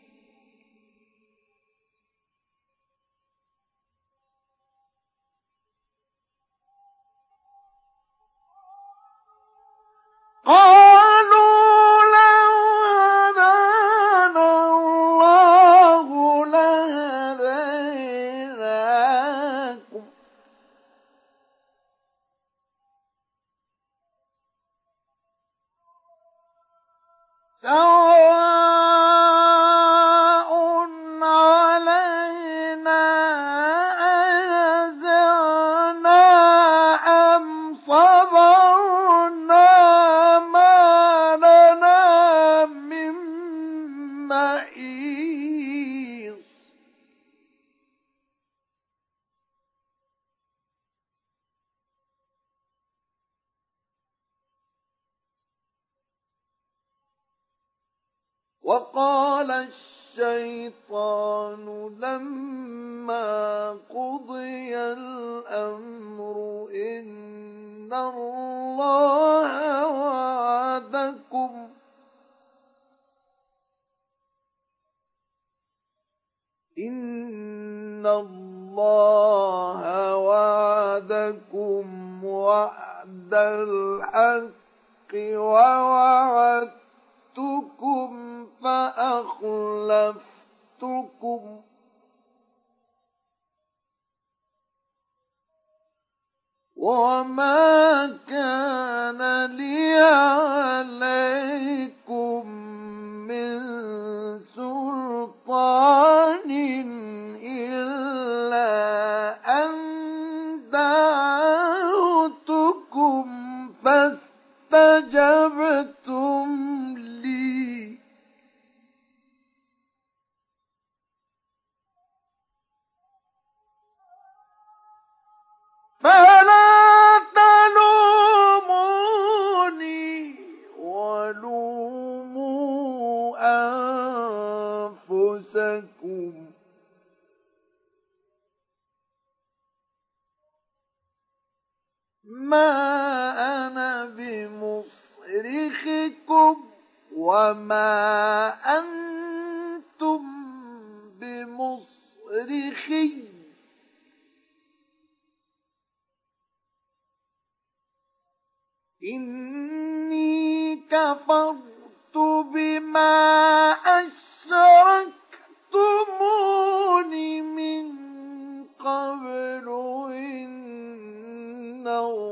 قالوا لو هدانا الله لهديناكم سواء علينا أجزعنا أم صبرنا ما لنا من محيص. وقال الشيطان لما قضي الأمر إن الله وعدكم إن الله وعدكم وعد الحق ووعدتكم فأخلفتكم وما كان لي عليكم من سلطان إلا أن دعوتكم فاستجبتم لي فلا تلوموني ولوموا أنفسكم ما أنا بمصرخكم وما أنتم بمصرخي إني كفرت بما أشركتمون من قبل إن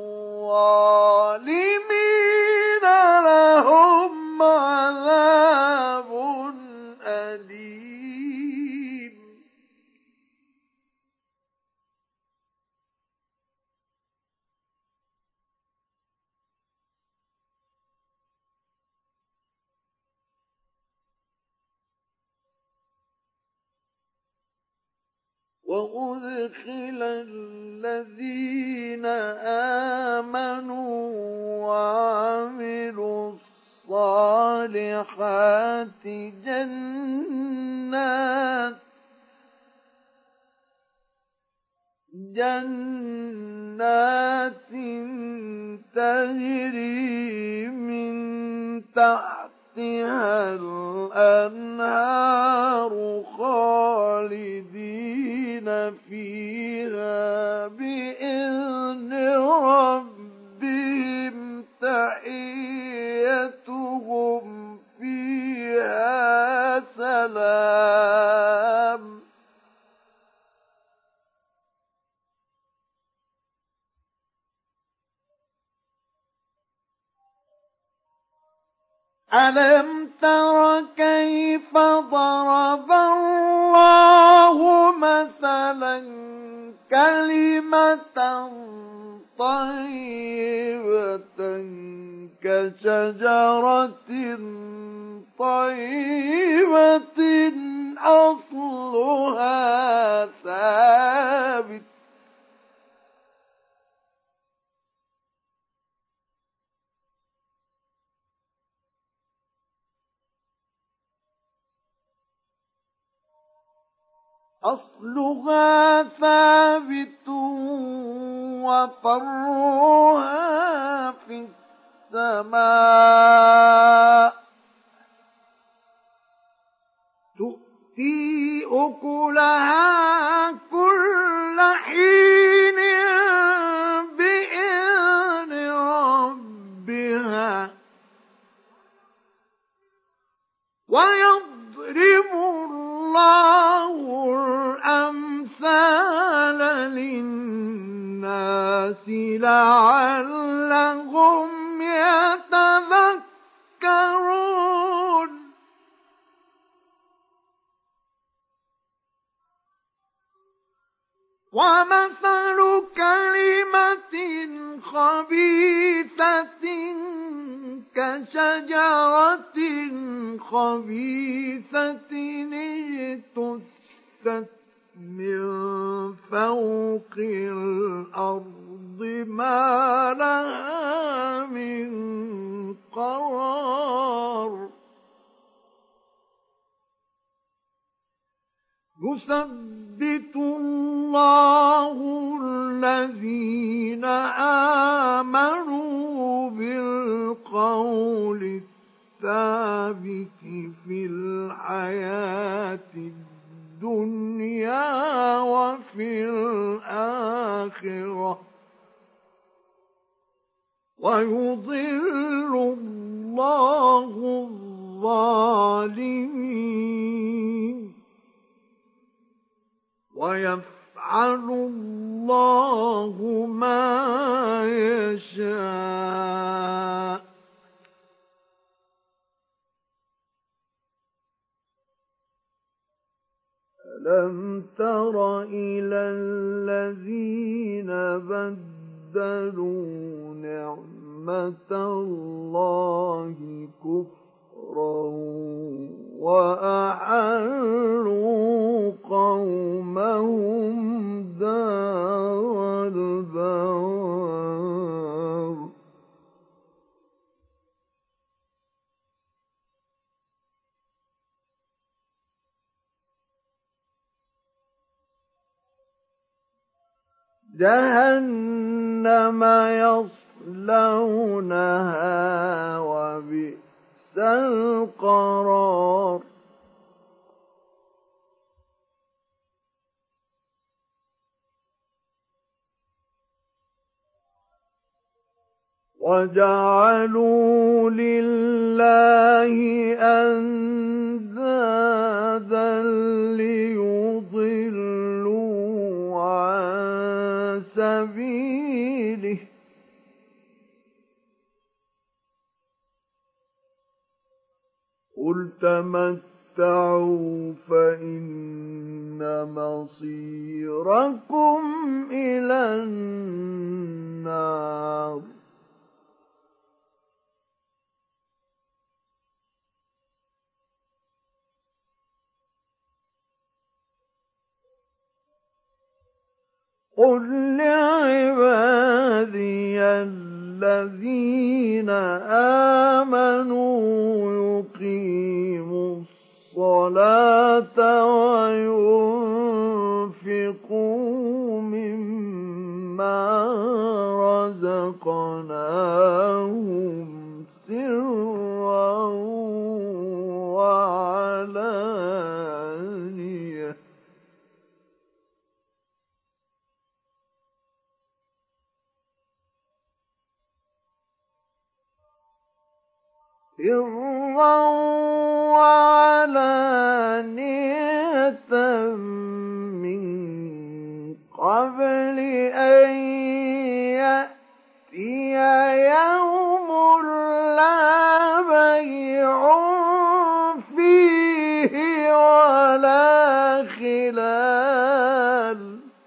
الظالمين لهم عذاب أليم. وأدخل الذين آمنوا وعملوا الصالحات جنات جنات تجري من تحتها الأنهار خالدين فيها بإذن ربهم تحيتهم فيها سلام. ألم تر كيف ضرب الله مثلا كلمة طيبة كشجرة طيبة أصلها ثابت أصلها ثابت وفرعها في السماء تؤتي أكلها كل حين بإذن ربها ويضرب الله الأمثال للناس لعلهم يتذكرون. ومثل كلمة خبيثة كشجرة خبيثة اجتثت من فوق الأرض ما لها من قرار. يثبت الله الذين آمنوا بالقول الثابت في الحياة الدنيا وفي الآخرة ويضل الله الظالمين ويفعل الله ما يشاء. ألم تر إلى الذين بدلوا نعمة الله كفرا وأحلوا قومهم دار البوار. جهنم يصلونها وبئس القرار. وجعلوا لله أندادا ليضلوا عن سبيله قل تمتعوا فإن مصيركم إلى النار. قل لعبادي الذين آمنوا يقيموا الصلاة وينفقوا مما رزقناهم سرا وعلانية سرا وعلانية من قبل أن يأتي يوم لا بيع فيه ولا خلال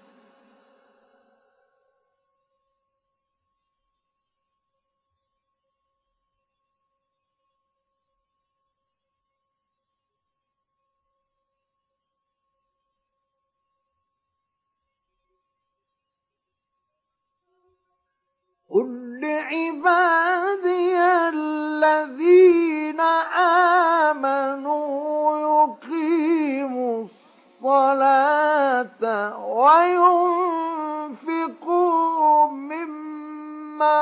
قل لعبادي الذين آمنوا يقيموا الصلاة وينفقوا مما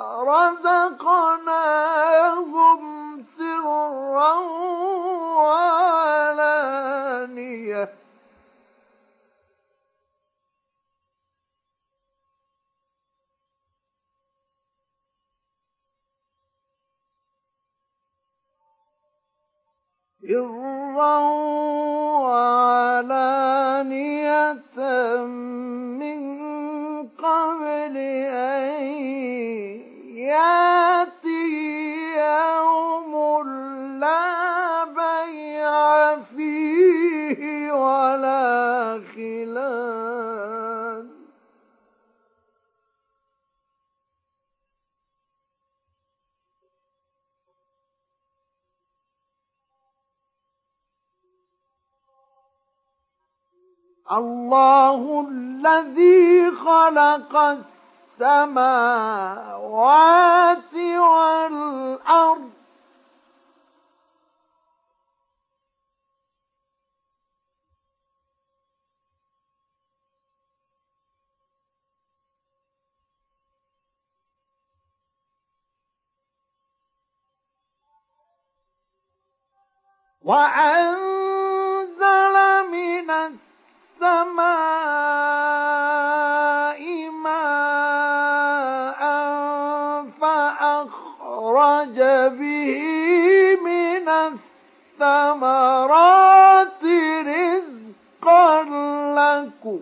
رزقناهم سرا وعلانية سرا وعلانية من قبل أن يأتي يوم لا بيع فيه ولا خلال الله الذي خلق السماوات والأرض وأنزل من السماء ماء فأخرج به من الثمرات رزقا لكم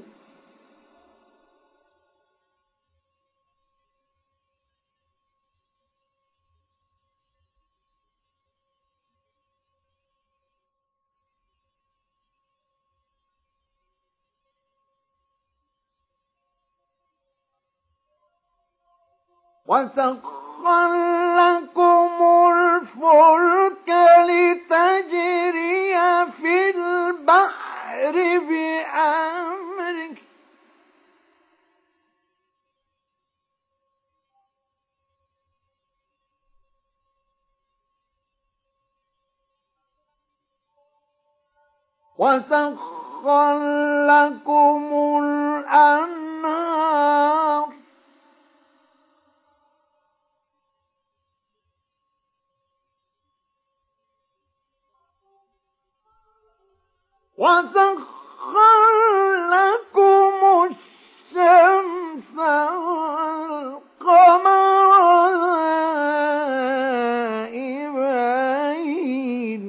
وسخر لكم الفلك لتجري في البحر بأمره وسخر لكم الأنهار وسخر لكم الشمس والقمر دائبين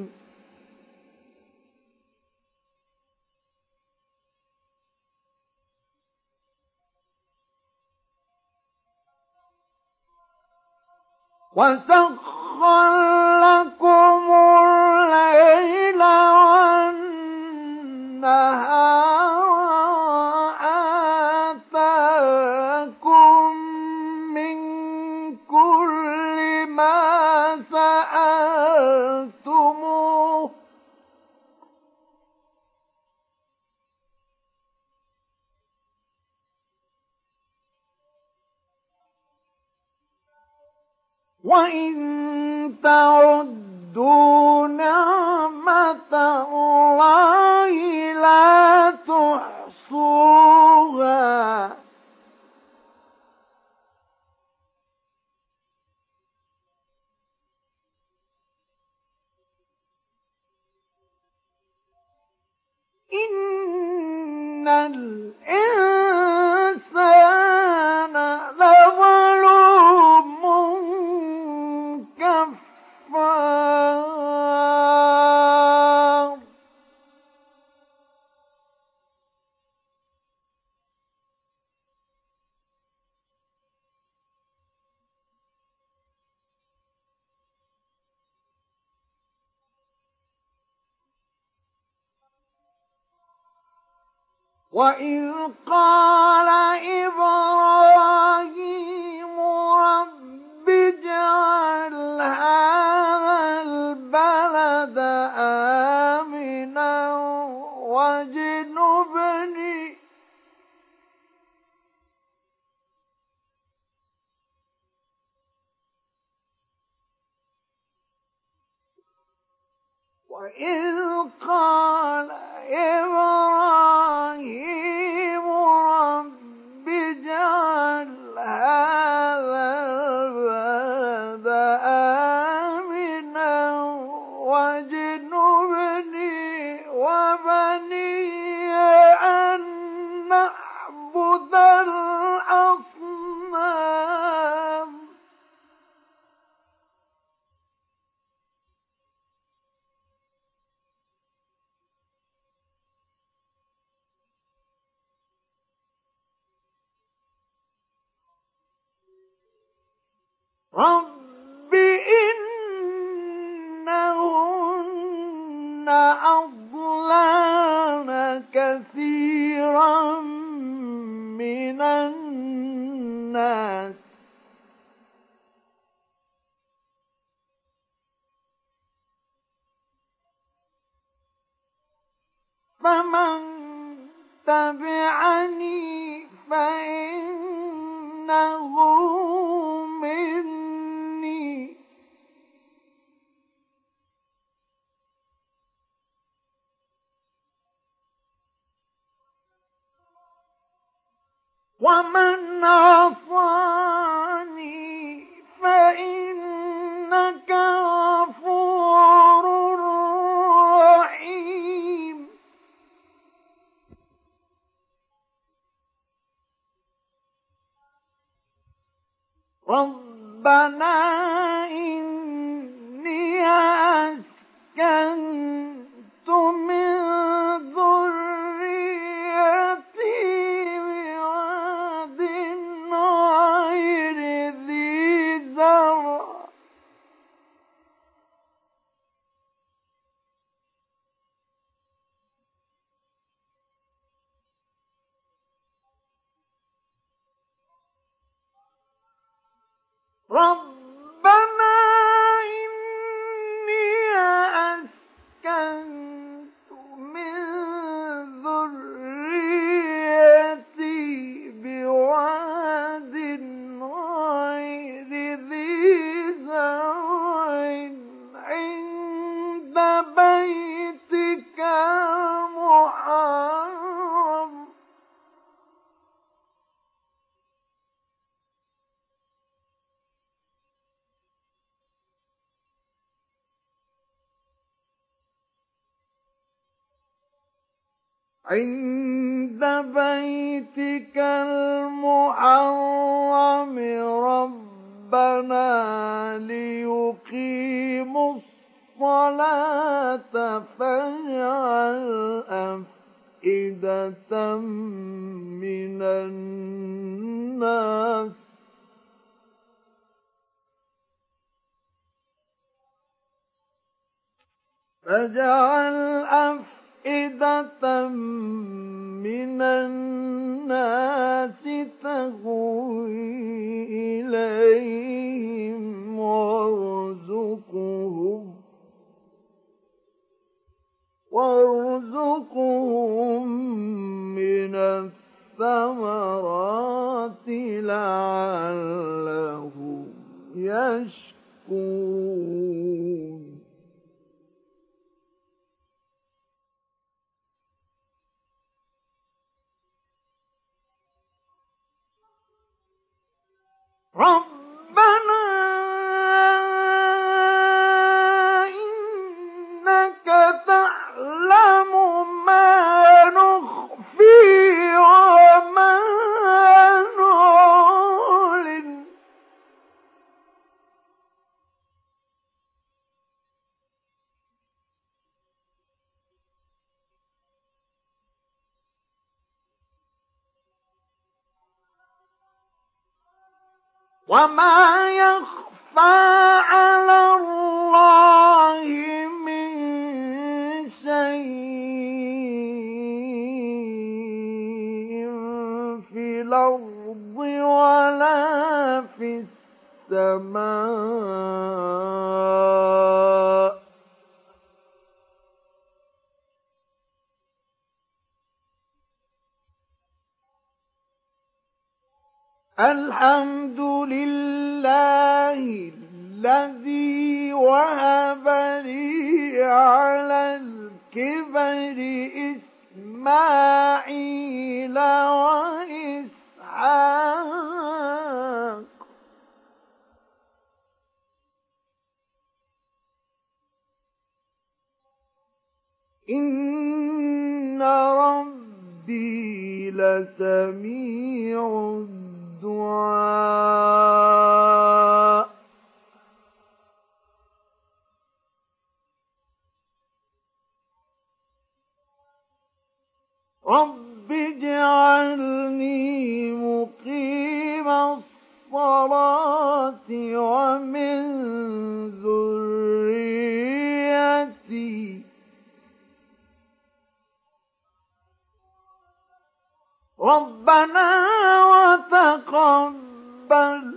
وسخر لكم الليل والنهار وآتاكم من كل ما سألتموه وإن تعدوا نعمة الله لا تحصوها إن الإنسان لظلوم كفار وإذ قال إبراهيم رب اجعل هذا البلد آمنا واجنبني وإذ قال إبراهيم رب اجعل هذا البلد آمنا واجنبني وبني أن نعبد الأصنام رب إنهن أضللن كثيرا من الناس فمن تبعني فإنه مني ومن عصاني فإنك غفور رحيم ربنا إني أسكنت من ذريتي بواد غير ذي زرع ربنا إني أسكنت من ذريتي بواد غير ذي زرع عند بيتك المحرم عند بيتك المحرم ربنا ليقيموا الصلاة فاجعل أفئدة من الناس فاجعل أفئدة من الناس تهوي إليهم وارزقهم وارزقهم من الثمرات لعلهم يشكرون وما يخفى على الله من شيء في الأرض ولا في السماء. الحمد لله الذي وهب لي على الكبر إسماعيل وإسحاق إن ربي لسميع الدعاء. رب اجعلني مقيم الصلاة ومن ذريتي ربنا وتقبل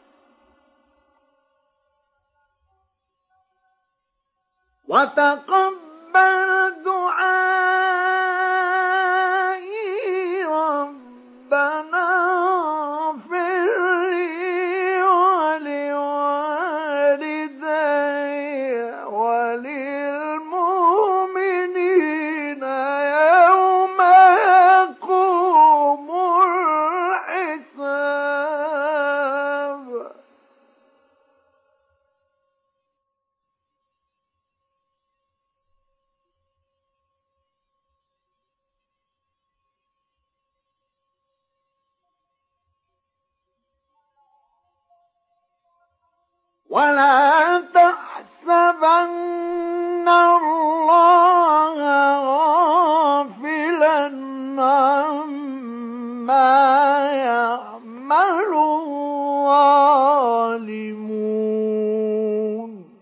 وتقبل دعائي ربنا اغفر لي ولوالدي وللمؤمنين يوم يقوم الحساب. ولا تحسبن الله غافلا عما يعمل الظالمون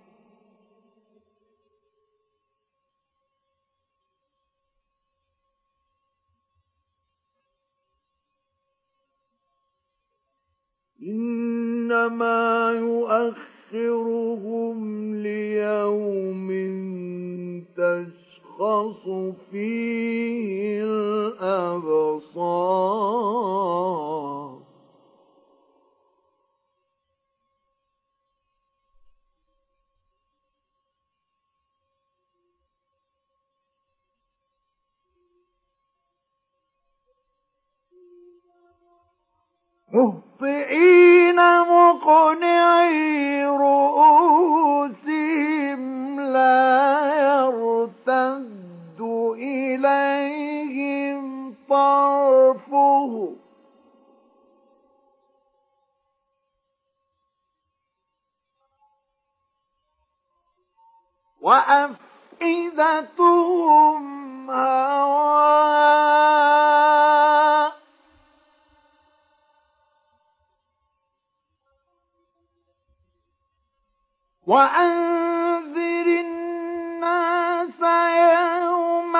إنما يؤخرهم ليوم تشخص فيه الأبصار. مهطعين مقنعي رؤوسهم لا يرتد إليهم طرفهم وأفئدتهم هواء. وأنذر الناس يوم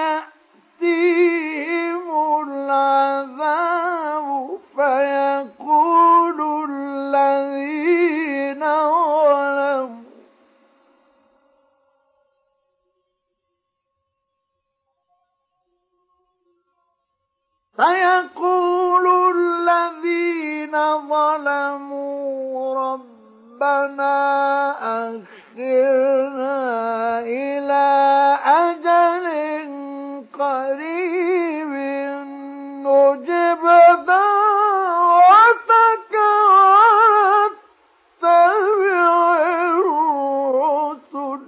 يأتيهم العذاب فيقول الذين ظلموا فيقول الذين ظلموا ربنا أخرنا إلى أجل قريب نجب دعوتك واتبع الرسل.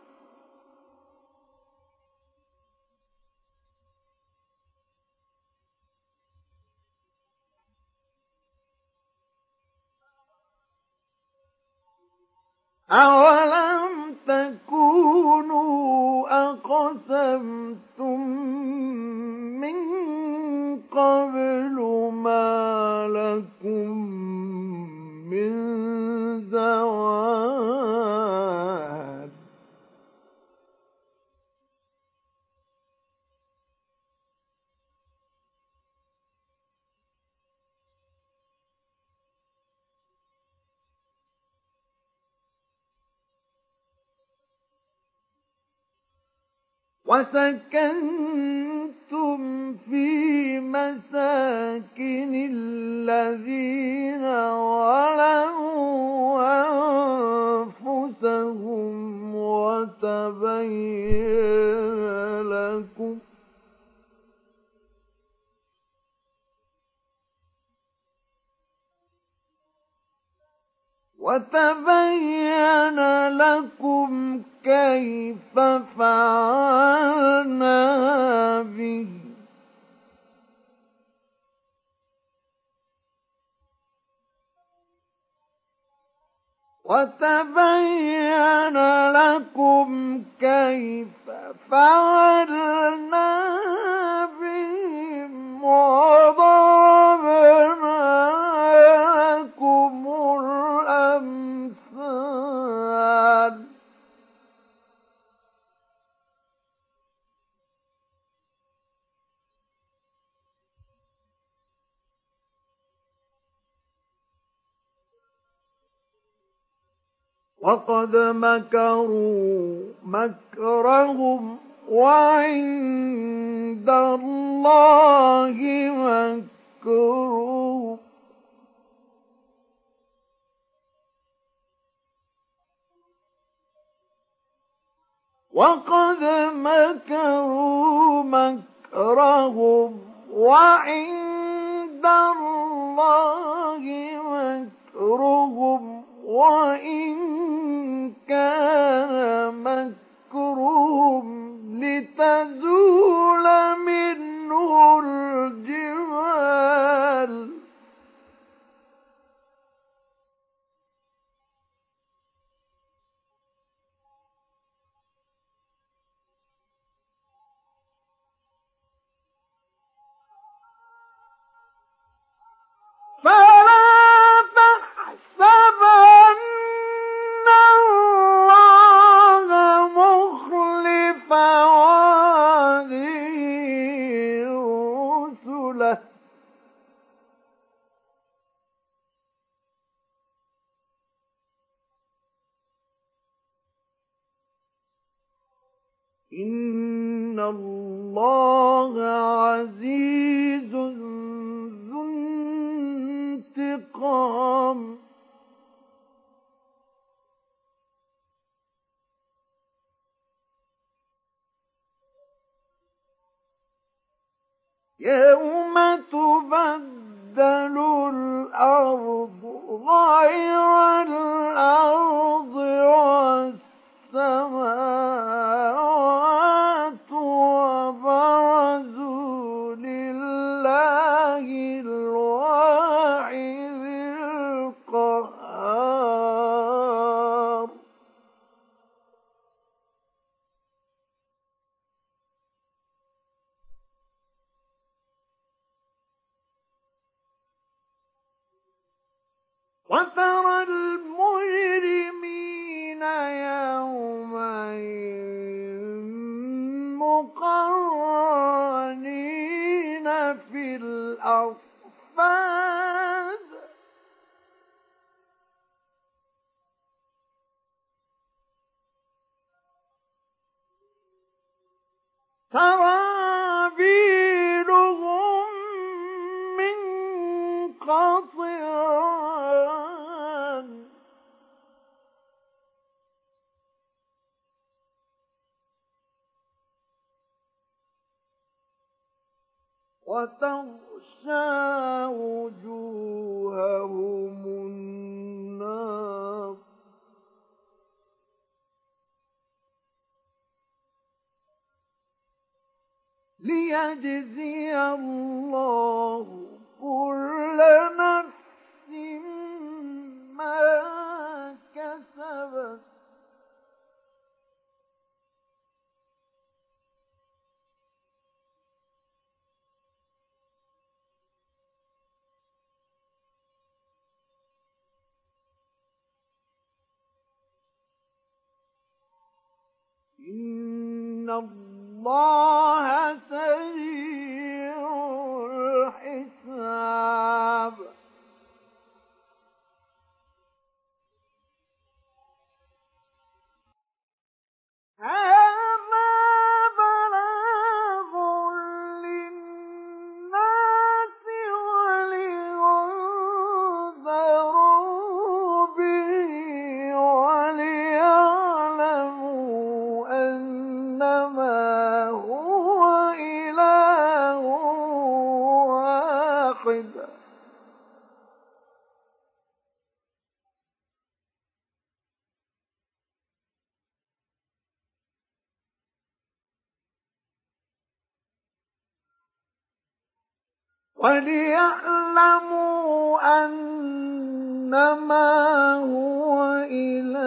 أولم تكونوا أقسمتم من قبل ما لكم وسكنتم في مساكن الذين ظلموا أنفسهم وتبين لكم وتبين لكم كيف فعلنا به وتبين لكم كيف فعلنا بهم وضربنا لكم الأمثال وقد مكروا مكرهم وعند الله مكرهم وقد مكروا مكرهم وعند الله مكرهم وإن كان مكرهم لتزول منه الجبال فلا تحسبن الله مخلف وعده رسله إن الله عزيز ذو انتقام يوم تبدل الأرض غير الأرض والسماوات وبرزوا لله الواحد القهار وترى المجرمين يومئذ مقرنين في الأصفاد سرابيلهم من قطران وتغشى وجوههم النار ليجزي الله كل نفس ما كسبت إن الله سريع الحساب هذا وليعلموا أنما هو إله